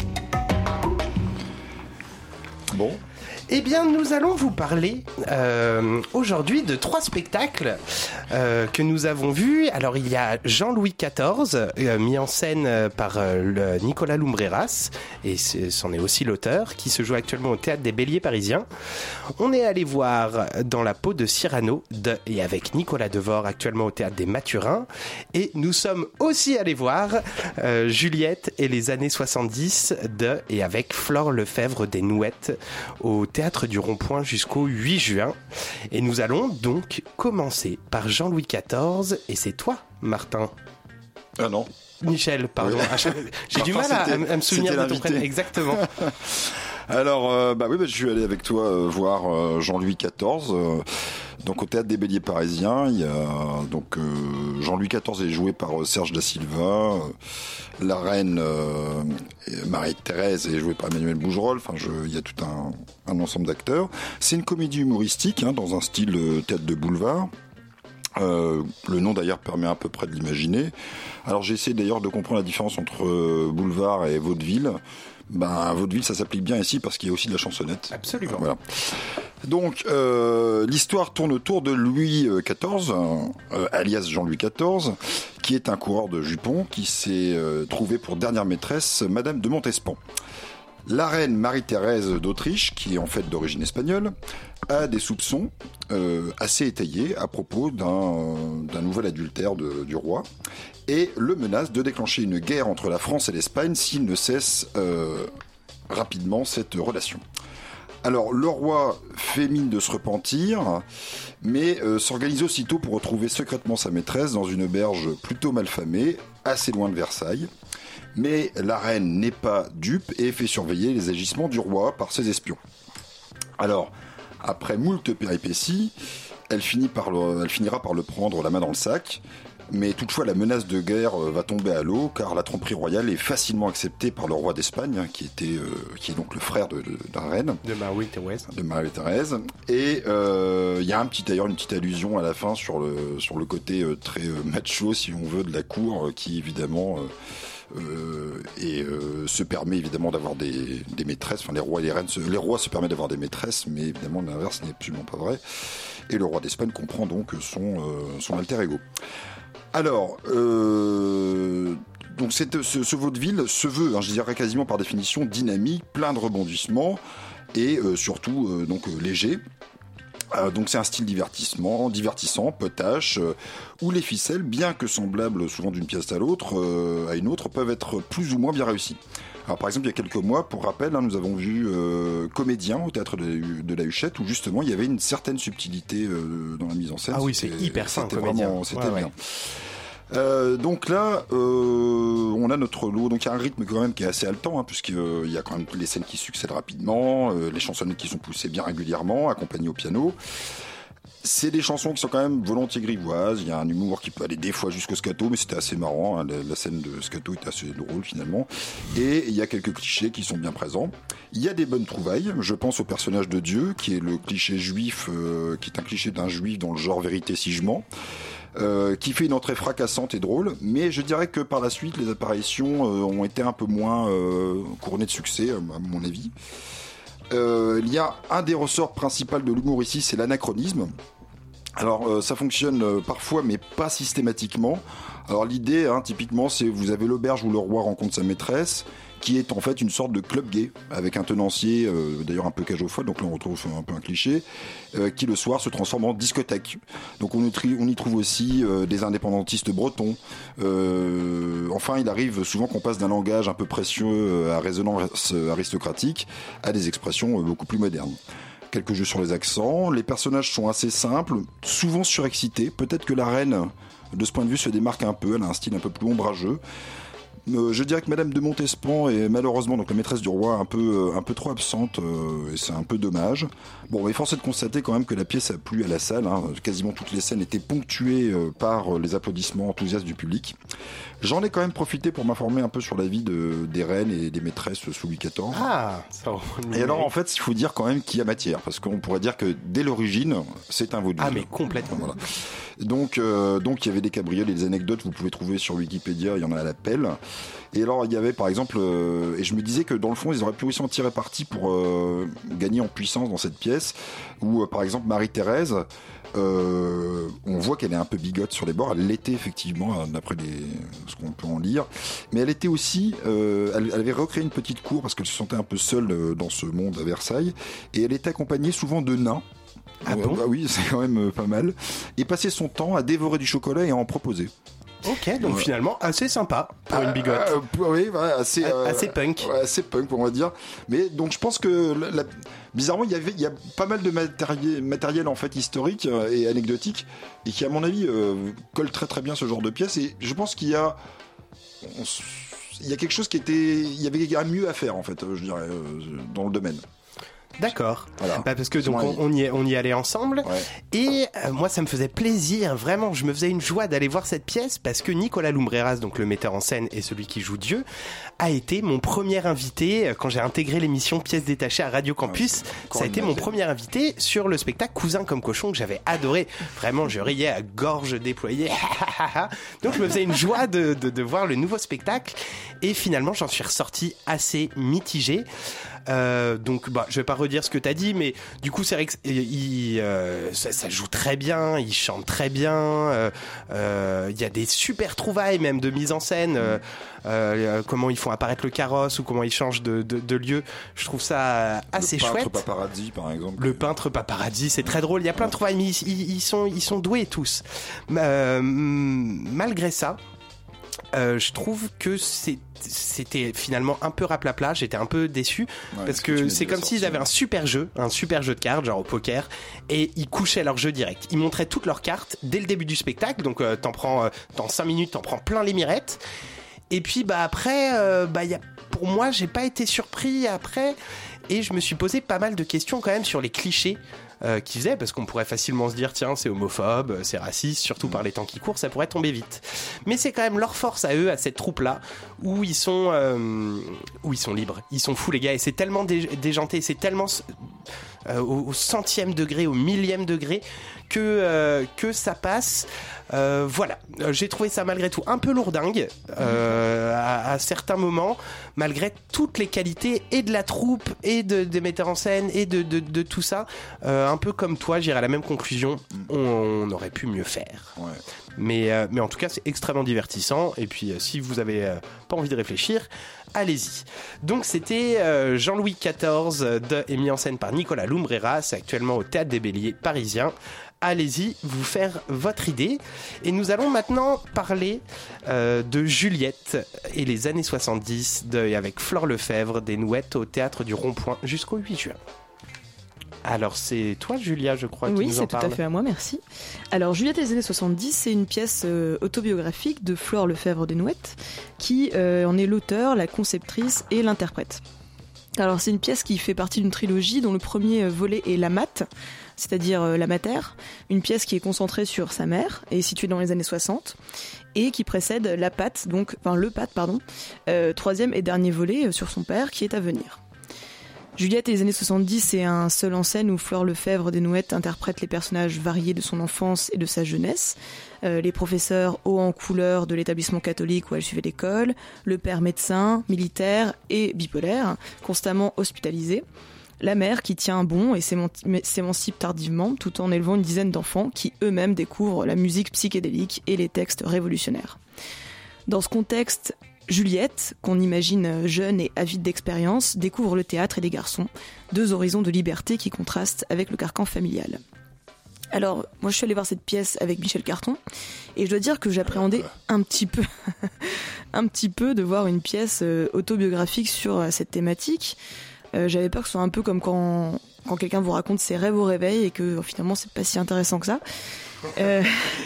Bon. Eh bien, nous allons vous parler euh, aujourd'hui de trois spectacles euh, que nous avons vus. Alors, il y a Jean-Louis quatorze, euh, mis en scène par euh, le Nicolas Lumbreras, et c'en est aussi l'auteur, qui se joue actuellement au Théâtre des Béliers parisiens. On est allé voir Dans la peau de Cyrano, de, et avec Nicolas Devor, actuellement au Théâtre des Mathurins. Et nous sommes aussi allés voir euh, Juliette et les années soixante-dix, de, et avec Flore Lefebvre des Nouettes, au Théâtre du Rond-Point jusqu'au huit juin. Et nous allons donc commencer par Jean-Louis quatorze, et c'est toi, Martin.
Ah non.
Michel, pardon. Oui. J'ai enfin, du mal à, à me souvenir de ton prénom. Exactement.
Alors, euh, bah oui, bah, je suis allé avec toi euh, voir euh, Jean-Louis quatorze. Euh, Donc au Théâtre des Béliers parisiens, il y a donc euh, Jean-Louis quatorze est joué par euh, Serge da Silva, euh, la reine euh, Marie-Thérèse est jouée par Emmanuel Bougerolles, enfin je, il y a tout un, un ensemble d'acteurs. C'est une comédie humoristique hein, dans un style euh, théâtre de boulevard. Euh, le nom d'ailleurs permet à peu près de l'imaginer. Alors j'ai essayé d'ailleurs de comprendre la différence entre euh, boulevard et vaudeville. Ben, vaudeville, ça s'applique bien ici parce qu'il y a aussi de la chansonnette.
Absolument.
Voilà. Donc, euh, l'histoire tourne autour de Louis quatorze, euh, alias Jean-Louis quatorze, qui est un coureur de jupons qui s'est euh, trouvé pour dernière maîtresse Madame de Montespan. La reine Marie-Thérèse d'Autriche, qui est en fait d'origine espagnole, a des soupçons euh, assez étayés à propos d'un, d'un nouvel adultère de, du roi et le menace de déclencher une guerre entre la France et l'Espagne s'il ne cesse euh, rapidement cette relation. Alors le roi fait mine de se repentir, mais euh, s'organise aussitôt pour retrouver secrètement sa maîtresse dans une auberge plutôt malfamée, assez loin de Versailles. Mais la reine n'est pas dupe et fait surveiller les agissements du roi par ses espions. Alors, après moult péripéties, elle, finit par le, elle finira par le prendre la main dans le sac. Mais toutefois, la menace de guerre va tomber à l'eau, car la tromperie royale est facilement acceptée par le roi d'Espagne, qui était, euh, qui est donc le frère de, de, de la reine.
De Marie-Thérèse.
De Marie-Thérèse. Et il euh, y a un petit, d'ailleurs une petite allusion à la fin sur le, sur le côté euh, très euh, macho, si on veut, de la cour, euh, qui évidemment... Euh, Euh, et euh, se permet évidemment d'avoir des, des maîtresses, enfin les rois et les reines, se, les rois se permettent d'avoir des maîtresses, mais évidemment l'inverse n'est absolument pas vrai. Et le roi d'Espagne comprend donc son, euh, son alter ego. Alors, euh, donc cette, ce, ce vaudeville se veut, hein, je dirais quasiment par définition, dynamique, plein de rebondissements et euh, surtout euh, donc euh, léger. Euh, donc c'est un style divertissement, divertissant, potache, euh, où les ficelles, bien que semblables souvent d'une pièce à l'autre, euh, à une autre, peuvent être plus ou moins bien réussies. Alors par exemple, il y a quelques mois, pour rappel, hein, nous avons vu euh, Comédien au théâtre de, de la Huchette, où justement il y avait une certaine subtilité euh, dans la mise en scène.
Ah oui, c'est hyper fin, Comédien.
Vraiment, c'était
ouais,
bien.
Ouais.
Euh, donc là, euh, on a notre lot. Donc il y a un rythme quand même qui est assez haletant, hein, puisqu'il euh, y a quand même les scènes qui succèdent rapidement, euh, les chansonnettes qui sont poussées bien régulièrement, accompagnées au piano. C'est des chansons qui sont quand même volontiers grivoises. Il y a un humour qui peut aller des fois jusqu'au scato, mais c'était assez marrant. Hein. La, la scène de scato est assez drôle finalement. Et il y a quelques clichés qui sont bien présents. Il y a des bonnes trouvailles. Je pense au personnage de Dieu, qui est le cliché juif, euh, qui est un cliché d'un juif dans le genre vérité si je mens. Euh, qui fait une entrée fracassante et drôle, mais je dirais que par la suite les apparitions euh, ont été un peu moins euh, couronnées de succès à mon avis. Euh, il y a un des ressorts principaux de l'humour ici, c'est l'anachronisme. Alors euh, ça fonctionne euh, parfois mais pas systématiquement. Alors l'idée hein, typiquement c'est vous avez l'auberge où le roi rencontre sa maîtresse, qui est en fait une sorte de club gay, avec un tenancier, euh, d'ailleurs un peu cageophone, donc là on retrouve un peu un cliché, euh, qui le soir se transforme en discothèque. Donc on y, tri- on y trouve aussi euh, des indépendantistes bretons. Euh, enfin, il arrive souvent qu'on passe d'un langage un peu précieux à résonance aristocratique à des expressions euh, beaucoup plus modernes. Quelques jeux sur les accents, les personnages sont assez simples, souvent surexcités. Peut-être que la reine, de ce point de vue, se démarque un peu, elle a un style un peu plus ombrageux. Euh, je dirais que Madame de Montespan est malheureusement donc la maîtresse du roi un peu euh, un peu trop absente euh, et c'est un peu dommage. Bon, mais force est de constater quand même que la pièce a plu à la salle. Hein. Quasiment toutes les scènes étaient ponctuées euh, par les applaudissements enthousiastes du public. J'en ai quand même profité pour m'informer un peu sur la vie de, des reines et des maîtresses sous Louis quatorze.
Ah, ça.
Et alors en fait, il faut dire quand même qu'il y a matière, parce qu'on pourrait dire que dès l'origine, c'est un vaudeville.
Ah mais complètement.
Voilà. Donc euh, donc il y avait des cabrioles et des anecdotes, vous pouvez trouver sur Wikipédia, il y en a à l'appel. Et alors il y avait par exemple, euh, et je me disais que dans le fond ils auraient pu aussi en tirer parti pour euh, gagner en puissance dans cette pièce, où euh, par exemple Marie-Thérèse, euh, on voit qu'elle est un peu bigote sur les bords, elle l'était effectivement d'après les, ce qu'on peut en lire, mais elle était aussi, euh, elle, elle avait recréé une petite cour parce qu'elle se sentait un peu seule euh, dans ce monde à Versailles, et elle était accompagnée souvent de nains.
Ah bon ?
euh, bah oui, c'est quand même euh, pas mal. Et passait son temps à dévorer du chocolat et à en proposer.
Ok, donc ouais. Finalement assez sympa pour
ah,
une bigote.
Euh, oui, ouais, assez,
euh, assez punk.
Ouais, assez punk, on va dire. Mais donc je pense que la, la, bizarrement, il y avait, il y a pas mal de matériel, matériel en fait historique et anecdotique, et qui à mon avis euh, colle très très bien ce genre de pièce. Et je pense qu'il y a, on, il y a quelque chose qui était, il y avait mieux à faire en fait, je dirais, euh, dans le domaine.
D'accord.
Voilà.
Bah parce que donc on, on y on y allait ensemble ouais. et euh, moi ça me faisait plaisir vraiment, je me faisais une joie d'aller voir cette pièce parce que Nicolas Lumbreras, donc le metteur en scène et celui qui joue Dieu, a été mon premier invité quand j'ai intégré l'émission Pièces détachées à Radio Campus. Ouais, ça a été mon premier invité sur le spectacle Cousin comme cochon que j'avais adoré. Vraiment, je riais à gorge déployée. Donc je me faisais une joie de, de de voir le nouveau spectacle et finalement j'en suis ressorti assez mitigé. Euh, donc bah je vais pas redire ce que t'as dit, mais du coup c'est vrai que il, euh, ça, ça joue très bien, il chante très bien, il euh, euh, y a des super trouvailles même de mise en scène, euh, euh, comment ils font apparaître le carrosse ou comment ils changent de, de, de lieu, je trouve ça assez chouette.
Le peintre paparazzi par exemple.
Le peintre paparazzi, c'est très drôle, il y a plein de trouvailles, mais ils, ils, sont, ils sont doués tous. Euh, malgré ça, Euh, je trouve que c'est, c'était finalement un peu raplapla, j'étais un peu déçu ouais, parce que c'est comme s'ils avaient un super jeu, un super jeu de cartes genre au poker et ils couchaient leur jeu direct. Ils montraient toutes leurs cartes dès le début du spectacle, donc euh, t'en prends euh, dans cinq minutes, t'en prends plein les mirettes. Et puis bah après, euh, bah y a, pour moi j'ai pas été surpris après et je me suis posé pas mal de questions quand même sur les clichés. Euh, qu'ils faisaient, parce qu'on pourrait facilement se dire tiens c'est homophobe, c'est raciste, surtout par les temps qui courent, ça pourrait tomber vite. Mais c'est quand même leur force à eux, à cette troupe là, où ils sont euh, où ils sont libres, ils sont fous les gars, et c'est tellement dé- déjanté, c'est tellement euh, au, au centième degré, au millième degré que, euh, que ça passe. Euh, voilà, j'ai trouvé ça malgré tout un peu lourdingue euh, à, à certains moments, malgré toutes les qualités et de la troupe et de, des metteurs en scène et de, de, de tout ça. Euh, un peu comme toi, j'irai à la même conclusion. On, on aurait pu mieux faire. Ouais. Mais, euh, mais en tout cas, c'est extrêmement divertissant. Et puis, euh, si vous avez euh, pas envie de réfléchir, allez-y. Donc, c'était euh, Jean-Louis quatorze de, et mis en scène par Nicolas Lumbreras, actuellement au Théâtre des Béliers parisien. Allez-y, vous faire votre idée. Et nous allons maintenant parler euh, de Juliette et les années soixante-dix de, avec Flore Lefebvre, des Nouettes au Théâtre du Rond-Point jusqu'au huit juin. Alors c'est toi Julia, je crois, qui
oui,
nous en parle.
Oui, c'est tout à fait à moi, merci. Alors Juliette et les années soixante-dix, c'est une pièce euh, autobiographique de Flore Lefebvre des Nouettes, qui euh, en est l'auteur, la conceptrice et l'interprète. Alors c'est une pièce qui fait partie d'une trilogie dont le premier volet est La Mat, c'est-à-dire euh, la mater, une pièce qui est concentrée sur sa mère et située dans les années soixante, et qui précède La Patte, donc, enfin le Patte, pardon, euh, troisième et dernier volet euh, sur son père qui est à venir. Juliette et les années soixante-dix, c'est un seul en scène où Flore Lefebvre des Nouettes interprète les personnages variés de son enfance et de sa jeunesse. Euh, les professeurs hauts en couleur de l'établissement catholique où elle suivait l'école, le père médecin, militaire et bipolaire, constamment hospitalisé. La mère qui tient bon et s'émancipe tardivement tout en élevant une dizaine d'enfants qui eux-mêmes découvrent la musique psychédélique et les textes révolutionnaires. Dans ce contexte, Juliette, qu'on imagine jeune et avide d'expérience, découvre le théâtre et les garçons, deux horizons de liberté qui contrastent avec le carcan familial. Alors, moi je suis allée voir cette pièce avec Michel Carton, et je dois dire que j'appréhendais un petit peu, un petit peu de voir une pièce autobiographique sur cette thématique. Euh, j'avais peur que ce soit un peu comme quand, quand quelqu'un vous raconte ses rêves au réveil et que finalement c'est pas si intéressant que ça. Euh,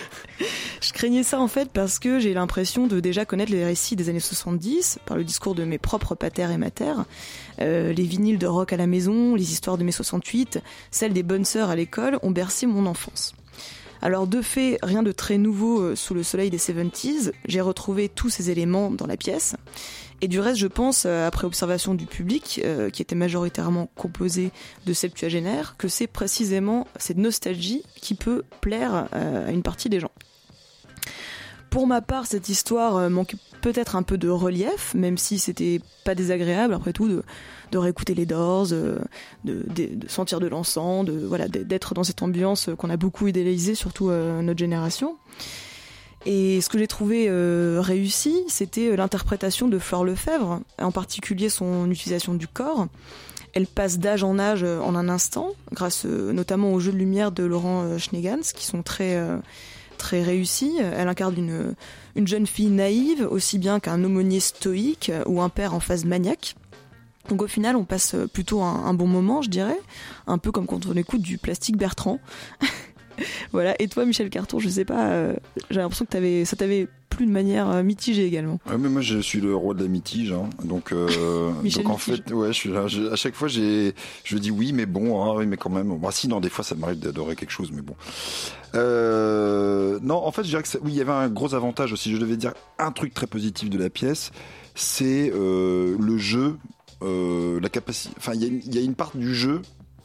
je craignais ça en fait parce que j'ai l'impression de déjà connaître les récits des années soixante-dix par le discours de mes propres patères et matères, euh, les vinyles de rock à la maison, les histoires de mai soixante-huit, celles des bonnes sœurs à l'école ont bercé mon enfance. Alors de fait, rien de très nouveau euh, sous le soleil des soixante-dix, j'ai retrouvé tous ces éléments dans la pièce. Et du reste, je pense, euh, après observation du public, euh, qui était majoritairement composé de septuagénaires, que c'est précisément cette nostalgie qui peut plaire euh, à une partie des gens. Pour ma part, cette histoire euh, manque peut-être un peu de relief, même si c'était pas désagréable, après tout, de, de réécouter les Doors, euh, de, de, de sentir de l'encens, de, voilà, d'être dans cette ambiance qu'on a beaucoup idéalisée, surtout euh, notre génération. Et ce que j'ai trouvé euh, réussi, c'était l'interprétation de Flore Lefebvre, en particulier son utilisation du corps. Elle passe d'âge en âge en un instant, grâce euh, notamment aux jeux de lumière de Laurent euh, Schnegans, qui sont très, euh, très réussis. Elle incarne une, une jeune fille naïve, aussi bien qu'un aumônier stoïque ou un père en phase maniaque. Donc au final, on passe plutôt un, un bon moment, je dirais, un peu comme quand on écoute du Plastique Bertrand. Voilà, et toi Michel Carton, je sais pas, euh, j'ai l'impression que t'avais, ça t'avait plu de manière euh, mitigée également.
Ouais, mais moi je suis le roi de la mitige, hein. donc, euh,
Michel
donc en
Mitige.
fait, ouais, je suis là. Je, à chaque fois, j'ai, je dis oui, mais bon, hein, oui, mais quand même. Bah, si, non, des fois, ça m'arrive d'adorer quelque chose, mais bon. Euh, non, en fait, je dirais que ça, oui, il y avait un gros avantage aussi. Je devais dire un truc très positif de la pièce, c'est euh, le jeu, euh, la capacité. Enfin, il y a une, il y a une part du jeu.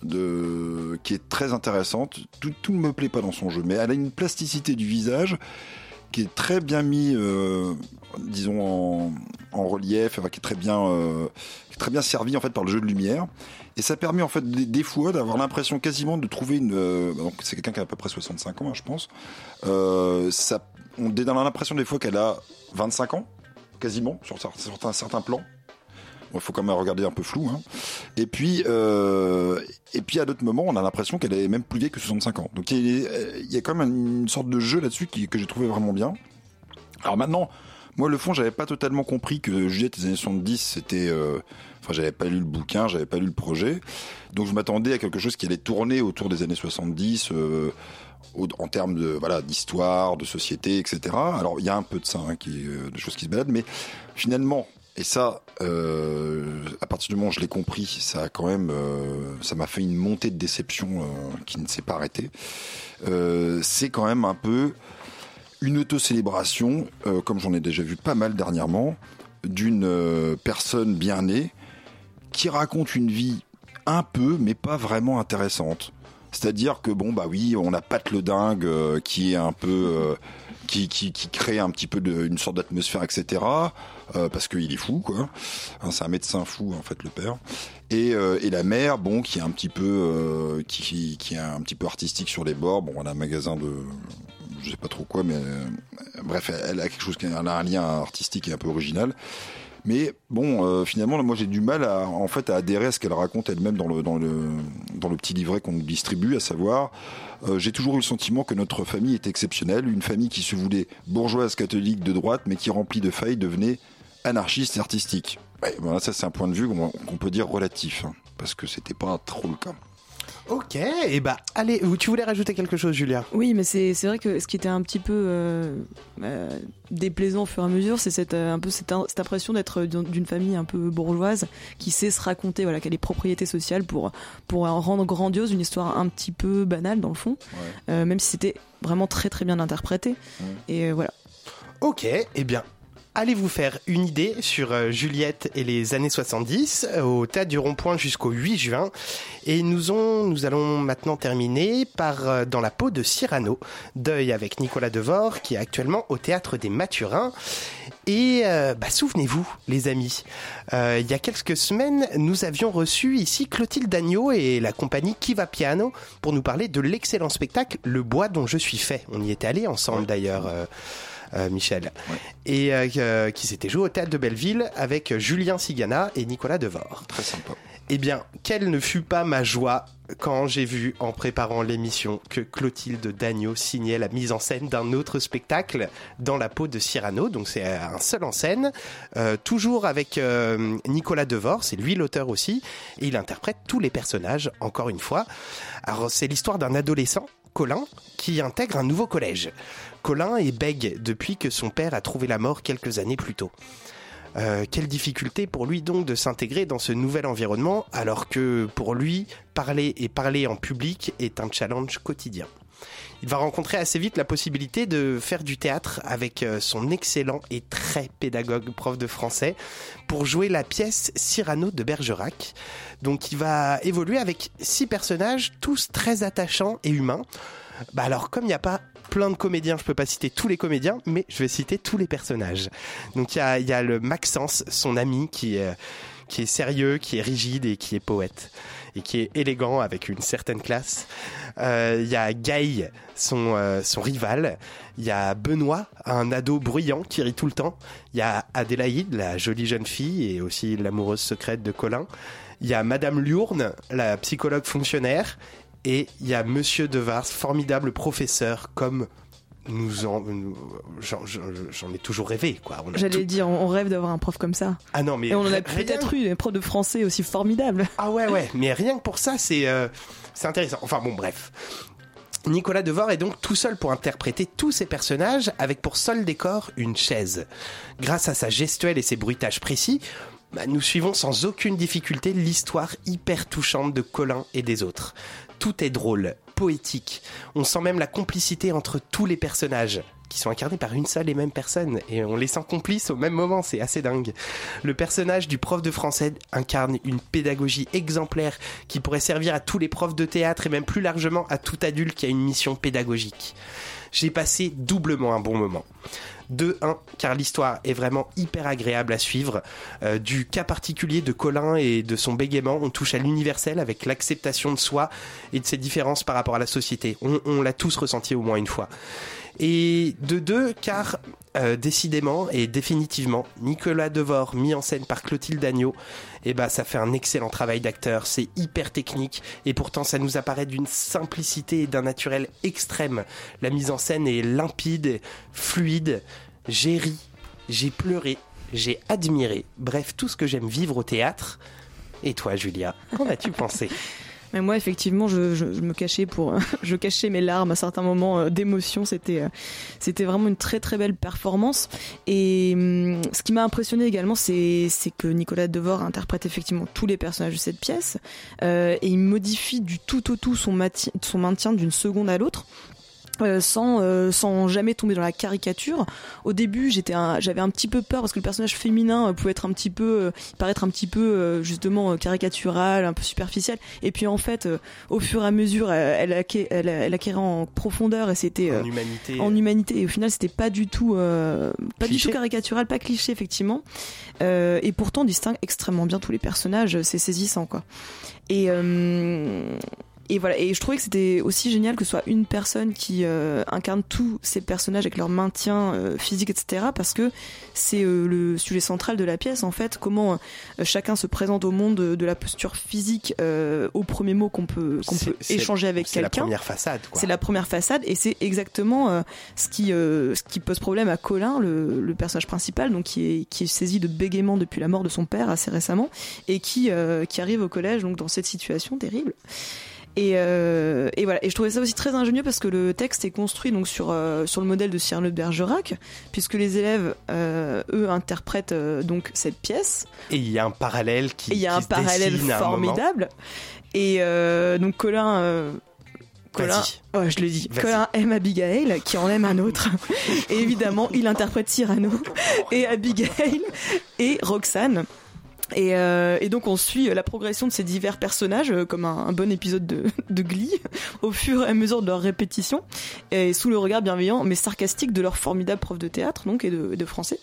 De, qui est très intéressante. Tout, tout ne me plaît pas dans son jeu, mais elle a une plasticité du visage qui est très bien mis, euh, disons en, en relief, enfin, qui est très bien, euh, qui est très bien servi en fait par le jeu de lumière. Et ça permet en fait des, des fois d'avoir l'impression quasiment de trouver une. Euh, donc c'est quelqu'un qui a à peu près soixante-cinq ans, hein, je pense. Euh, ça, on a l'impression des fois qu'elle a vingt-cinq ans, quasiment sur certains certains plans. Il faut quand même regarder un peu flou, hein. Et puis, euh, et puis à d'autres moments, on a l'impression qu'elle est même plus vieille que soixante-cinq ans. Donc il y, y a quand même une sorte de jeu là-dessus qui, que j'ai trouvé vraiment bien. Alors maintenant, moi le fond, j'avais pas totalement compris que Juliette des années soixante-dix, c'était, euh, enfin j'avais pas lu le bouquin, j'avais pas lu le projet, donc je m'attendais à quelque chose qui allait tourner autour des années soixante-dix. Euh, en termes de voilà d'histoire, de société, et cetera. Alors il y a un peu de ça, hein, qui, euh, des choses qui se baladent, mais finalement. Et ça, euh, à partir du moment où je l'ai compris, ça a quand même, euh, ça m'a fait une montée de déception euh, qui ne s'est pas arrêtée. Euh, c'est quand même un peu une auto-célébration, euh, comme j'en ai déjà vu pas mal dernièrement, d'une euh, personne bien née qui raconte une vie un peu, mais pas vraiment intéressante. C'est-à-dire que bon bah oui, on a Pat le dingue euh, qui est un peu, euh, qui, qui qui crée un petit peu de, une sorte d'atmosphère, et cetera. Euh, parce qu'il est fou, quoi. Hein, c'est un médecin fou, en fait, le père. Et, euh, et la mère, bon, qui est un petit peu, euh, qui, qui est un petit peu artistique sur les bords. Bon, on a un magasin de, je sais pas trop quoi, mais euh, bref, elle a quelque chose qui a un lien artistique et un peu original. Mais bon, euh, finalement, moi, j'ai du mal à, en fait, à adhérer à ce qu'elle raconte elle-même dans le, dans le, dans le petit livret qu'on nous distribue, à savoir, euh, j'ai toujours eu le sentiment que notre famille était exceptionnelle, une famille qui se voulait bourgeoise catholique de droite, mais qui, remplie de failles, devenait anarchiste et artistique. Ouais, voilà, ça, c'est un point de vue qu'on, qu'on peut dire relatif, hein, parce que c'était pas trop le cas.
Ok, et bah allez, tu voulais rajouter quelque chose, Julia?
Oui, mais c'est c'est vrai que ce qui était un petit peu euh, euh, déplaisant au fur et à mesure, c'est cette euh, un peu cette, cette impression d'être d'une famille un peu bourgeoise qui sait se raconter, voilà, qu'elle est propriété sociale pour pour rendre grandiose une histoire un petit peu banale dans le fond, ouais. euh, même si c'était vraiment très très bien interprété. Ouais. Et euh, voilà.
Ok, et bien. Allez vous faire une idée sur euh, Juliette et les années soixante-dix euh, au Théâtre du Rond-Point jusqu'au huit juin. Et nous, on, nous allons maintenant terminer par euh, Dans la peau de Cyrano, Deuil avec Nicolas Devort, qui est actuellement au Théâtre des Mathurins. Et euh, bah, souvenez-vous, les amis, euh, il y a quelques semaines, nous avions reçu ici Clotilde Dagneau et la compagnie Qui va Piano pour nous parler de l'excellent spectacle Le bois dont je suis fait. On y était allés ensemble d'ailleurs. Euh, Euh, Michel, ouais. et euh, qui s'était joué au Théâtre de Belleville avec Julien Cigana et Nicolas Devort.
Très sympa.
Eh bien, quelle ne fut pas ma joie quand j'ai vu, en préparant l'émission, que Clotilde Dagneau signait la mise en scène d'un autre spectacle, Dans la peau de Cyrano. Donc c'est un seul en scène, euh, toujours avec euh, Nicolas Devort, c'est lui l'auteur aussi, et il interprète tous les personnages, encore une fois. Alors c'est l'histoire d'un adolescent, Colin, qui intègre un nouveau collège. Colin est bègue depuis que son père a trouvé la mort quelques années plus tôt. Euh, quelle difficulté pour lui donc de s'intégrer dans ce nouvel environnement, alors que pour lui, parler et parler en public est un challenge quotidien. Il va rencontrer assez vite la possibilité de faire du théâtre avec son excellent et très pédagogue prof de français pour jouer la pièce Cyrano de Bergerac. Donc il va évoluer avec six personnages, tous très attachants et humains. Bah alors comme il n'y a pas plein de comédiens, je peux pas citer tous les comédiens, mais je vais citer tous les personnages. Donc il y a, il y a le Maxence, son ami qui est, qui est sérieux, qui est rigide et qui est poète. Et qui est élégant avec une certaine classe. Euh, il y a Gaï, son, euh, son rival. Il y a Benoît, un ado bruyant qui rit tout le temps. Il y a Adélaïde, la jolie jeune fille et aussi l'amoureuse secrète de Colin. Il y a Madame Liourne, la psychologue fonctionnaire. Et il y a Monsieur Devars, formidable professeur comme... Nous en, j'en, j'en, j'en ai toujours rêvé, quoi. On a
J'allais
tout...
dire, on rêve d'avoir un prof comme ça.
Ah non, mais
et on en a
rien...
peut-être eu des profs de français aussi formidables.
Ah ouais, ouais, mais rien que pour ça, c'est, euh, c'est intéressant. Enfin bon, bref. Nicolas Devor est donc tout seul pour interpréter tous ces personnages, avec pour seul décor une chaise. Grâce à sa gestuelle et ses bruitages précis, bah, nous suivons sans aucune difficulté l'histoire hyper touchante de Colin et des autres. Tout est drôle, poétique. On sent même la complicité entre tous les personnages, qui sont incarnés par une seule et même personne, et on les sent complices au même moment, c'est assez dingue. Le personnage du prof de français incarne une pédagogie exemplaire qui pourrait servir à tous les profs de théâtre et même plus largement à tout adulte qui a une mission pédagogique. J'ai passé doublement un bon moment. De un, car l'histoire est vraiment hyper agréable à suivre. Euh, du cas particulier de Colin et de son bégaiement, on touche à l'universel avec l'acceptation de soi et de ses différences par rapport à la société. On, on l'a tous ressenti au moins une fois. Et de deux, car euh, décidément et définitivement, Nicolas Devor, mis en scène par Clotilde Dagneau, eh ben, ça fait un excellent travail d'acteur, c'est hyper technique et pourtant ça nous apparaît d'une simplicité et d'un naturel extrême. La mise en scène est limpide, fluide, j'ai ri, j'ai pleuré, j'ai admiré, bref, tout ce que j'aime vivre au théâtre. Et toi, Julia, qu'en as-tu pensé ?
Mais moi, effectivement, je, je, je me cachais pour, je cachais mes larmes à certains moments euh, d'émotion. C'était, euh, c'était vraiment une très très belle performance. Et hum, ce qui m'a impressionné également, c'est, c'est que Nicolas Devor interprète effectivement tous les personnages de cette pièce euh, et il modifie du tout au tout son, mati- son maintien d'une seconde à l'autre. Euh, sans euh, sans jamais tomber dans la caricature. Au début, j'étais un, j'avais un petit peu peur parce que le personnage féminin euh, pouvait être un petit peu euh, paraître un petit peu euh, justement euh, caricatural, un peu superficiel. Et puis en fait, euh, au fur et à mesure, elle elle, acqué, elle, elle acquérait en profondeur et c'était euh,
en humanité.
En humanité. Et au final, c'était pas du tout euh, pas cliché. Du tout caricatural, pas cliché effectivement. Euh, et pourtant, on distingue extrêmement bien tous les personnages. C'est saisissant quoi. Et euh, Et voilà, et je trouvais que c'était aussi génial que ce soit une personne qui euh, incarne tous ces personnages avec leur maintien euh, physique, et cetera. Parce que c'est euh, le sujet central de la pièce, en fait, comment euh, chacun se présente au monde de, de la posture physique euh, au premier mot qu'on peut, qu'on
c'est,
peut
c'est,
échanger avec
c'est
quelqu'un.
C'est la première façade, quoi.
C'est la première façade, et c'est exactement euh, ce, qui, euh, ce qui pose problème à Colin, le, le personnage principal, donc qui est, qui est saisi de bégaiement depuis la mort de son père assez récemment, et qui, euh, qui arrive au collège donc dans cette situation terrible. Et, euh, et voilà. Et je trouvais ça aussi très ingénieux parce que le texte est construit donc sur euh, sur le modèle de Cyrano de Bergerac, puisque les élèves euh, eux interprètent euh, donc cette pièce.
Et il y a un parallèle qui.
Et il y a
qui
un
se
parallèle formidable. Et euh, donc Colin. Euh, Colin, oh, je le dis. Vas-y. Colin aime Abigail, qui en aime un autre. Et évidemment, il interprète Cyrano et Abigail et Roxane. Et, euh, et donc on suit la progression de ces divers personnages euh, comme un, un bon épisode de, de Glee au fur et à mesure de leur répétition et sous le regard bienveillant mais sarcastique de leur formidable prof de théâtre donc et de, de français.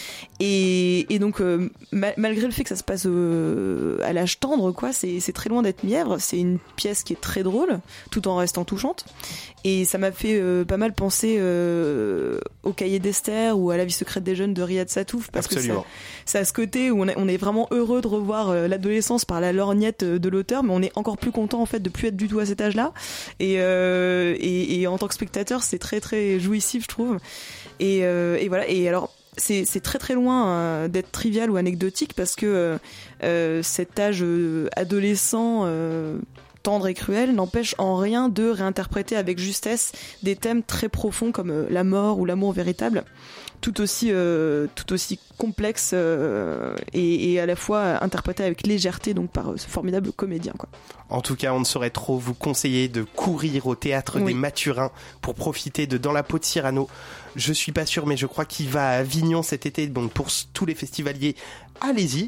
Et, et donc euh, ma, malgré le fait que ça se passe euh, à l'âge tendre quoi, c'est, c'est très loin d'être mièvre. C'est une pièce qui est très drôle tout en restant touchante. Et ça m'a fait euh, pas mal penser euh, au Cahier d'Esther ou à La vie secrète des jeunes de Riyad Satouf parce Absolument. que ça, ça a ce côté où on, a, on est vraiment heureux de revoir euh, l'adolescence par la lorgnette de l'auteur, mais on est encore plus content en fait de plus être du tout à cet âge-là. Et, euh, et, et en tant que spectateur, c'est très très jouissif, je trouve. Et, euh, et voilà. Et alors. C'est, c'est très très loin euh, d'être trivial ou anecdotique parce que euh, cet âge euh, adolescent euh, tendre et cruel n'empêche en rien de réinterpréter avec justesse des thèmes très profonds comme euh, la mort ou l'amour véritable, tout aussi euh, tout aussi complexe euh, et, et à la fois interprété avec légèreté donc par euh, ce formidable comédien quoi.
En tout cas, on ne saurait trop vous conseiller de courir au théâtre oui. des Mathurins pour profiter de Dans la peau de Cyrano. Je suis pas sûr, mais je crois qu'il va à Avignon cet été, donc pour tous les festivaliers, allez-y.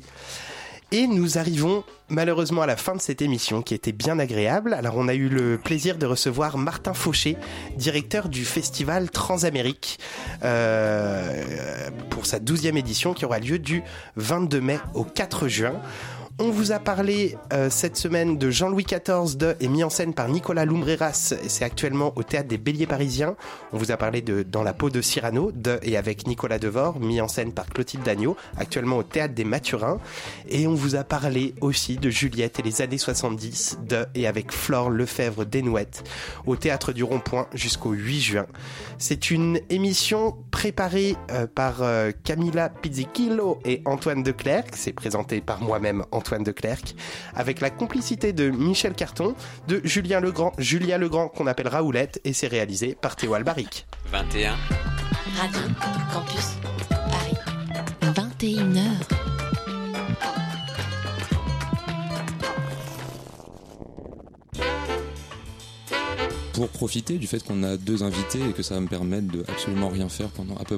Et nous arrivons malheureusement à la fin de cette émission qui était bien agréable. Alors on a eu le plaisir de recevoir Martin Fauché, directeur du festival Transamérique, euh, pour sa douzième édition qui aura lieu du vingt-deux mai au quatre juin. On vous a parlé euh, cette semaine de Jean-Louis quatorze de et mis en scène par Nicolas Lumbreras. C'est actuellement au Théâtre des Béliers Parisiens. On vous a parlé de Dans la peau de Cyrano de et avec Nicolas Devor, mis en scène par Clotilde Dagneau, actuellement au Théâtre des Mathurins. Et on vous a parlé aussi de Juliette et les années soixante-dix de et avec Flore Lefebvre Desnouettes au Théâtre du Rond-Point jusqu'au huit juin. C'est une émission préparée euh, par euh, Camilla Pizzichillo et Antoine Declercq. C'est présenté par moi-même, Antoine Antoine de Clercq, avec la complicité de Michel Carton, de Julien Legrand, Julia Legrand qu'on appelle Raoulette, et c'est réalisé par Théo Albaric.
vingt et un
Radio Campus Paris. vingt et une heures.
Pour profiter du fait qu'on a deux invités et que ça va me permettre de absolument rien faire pendant à peu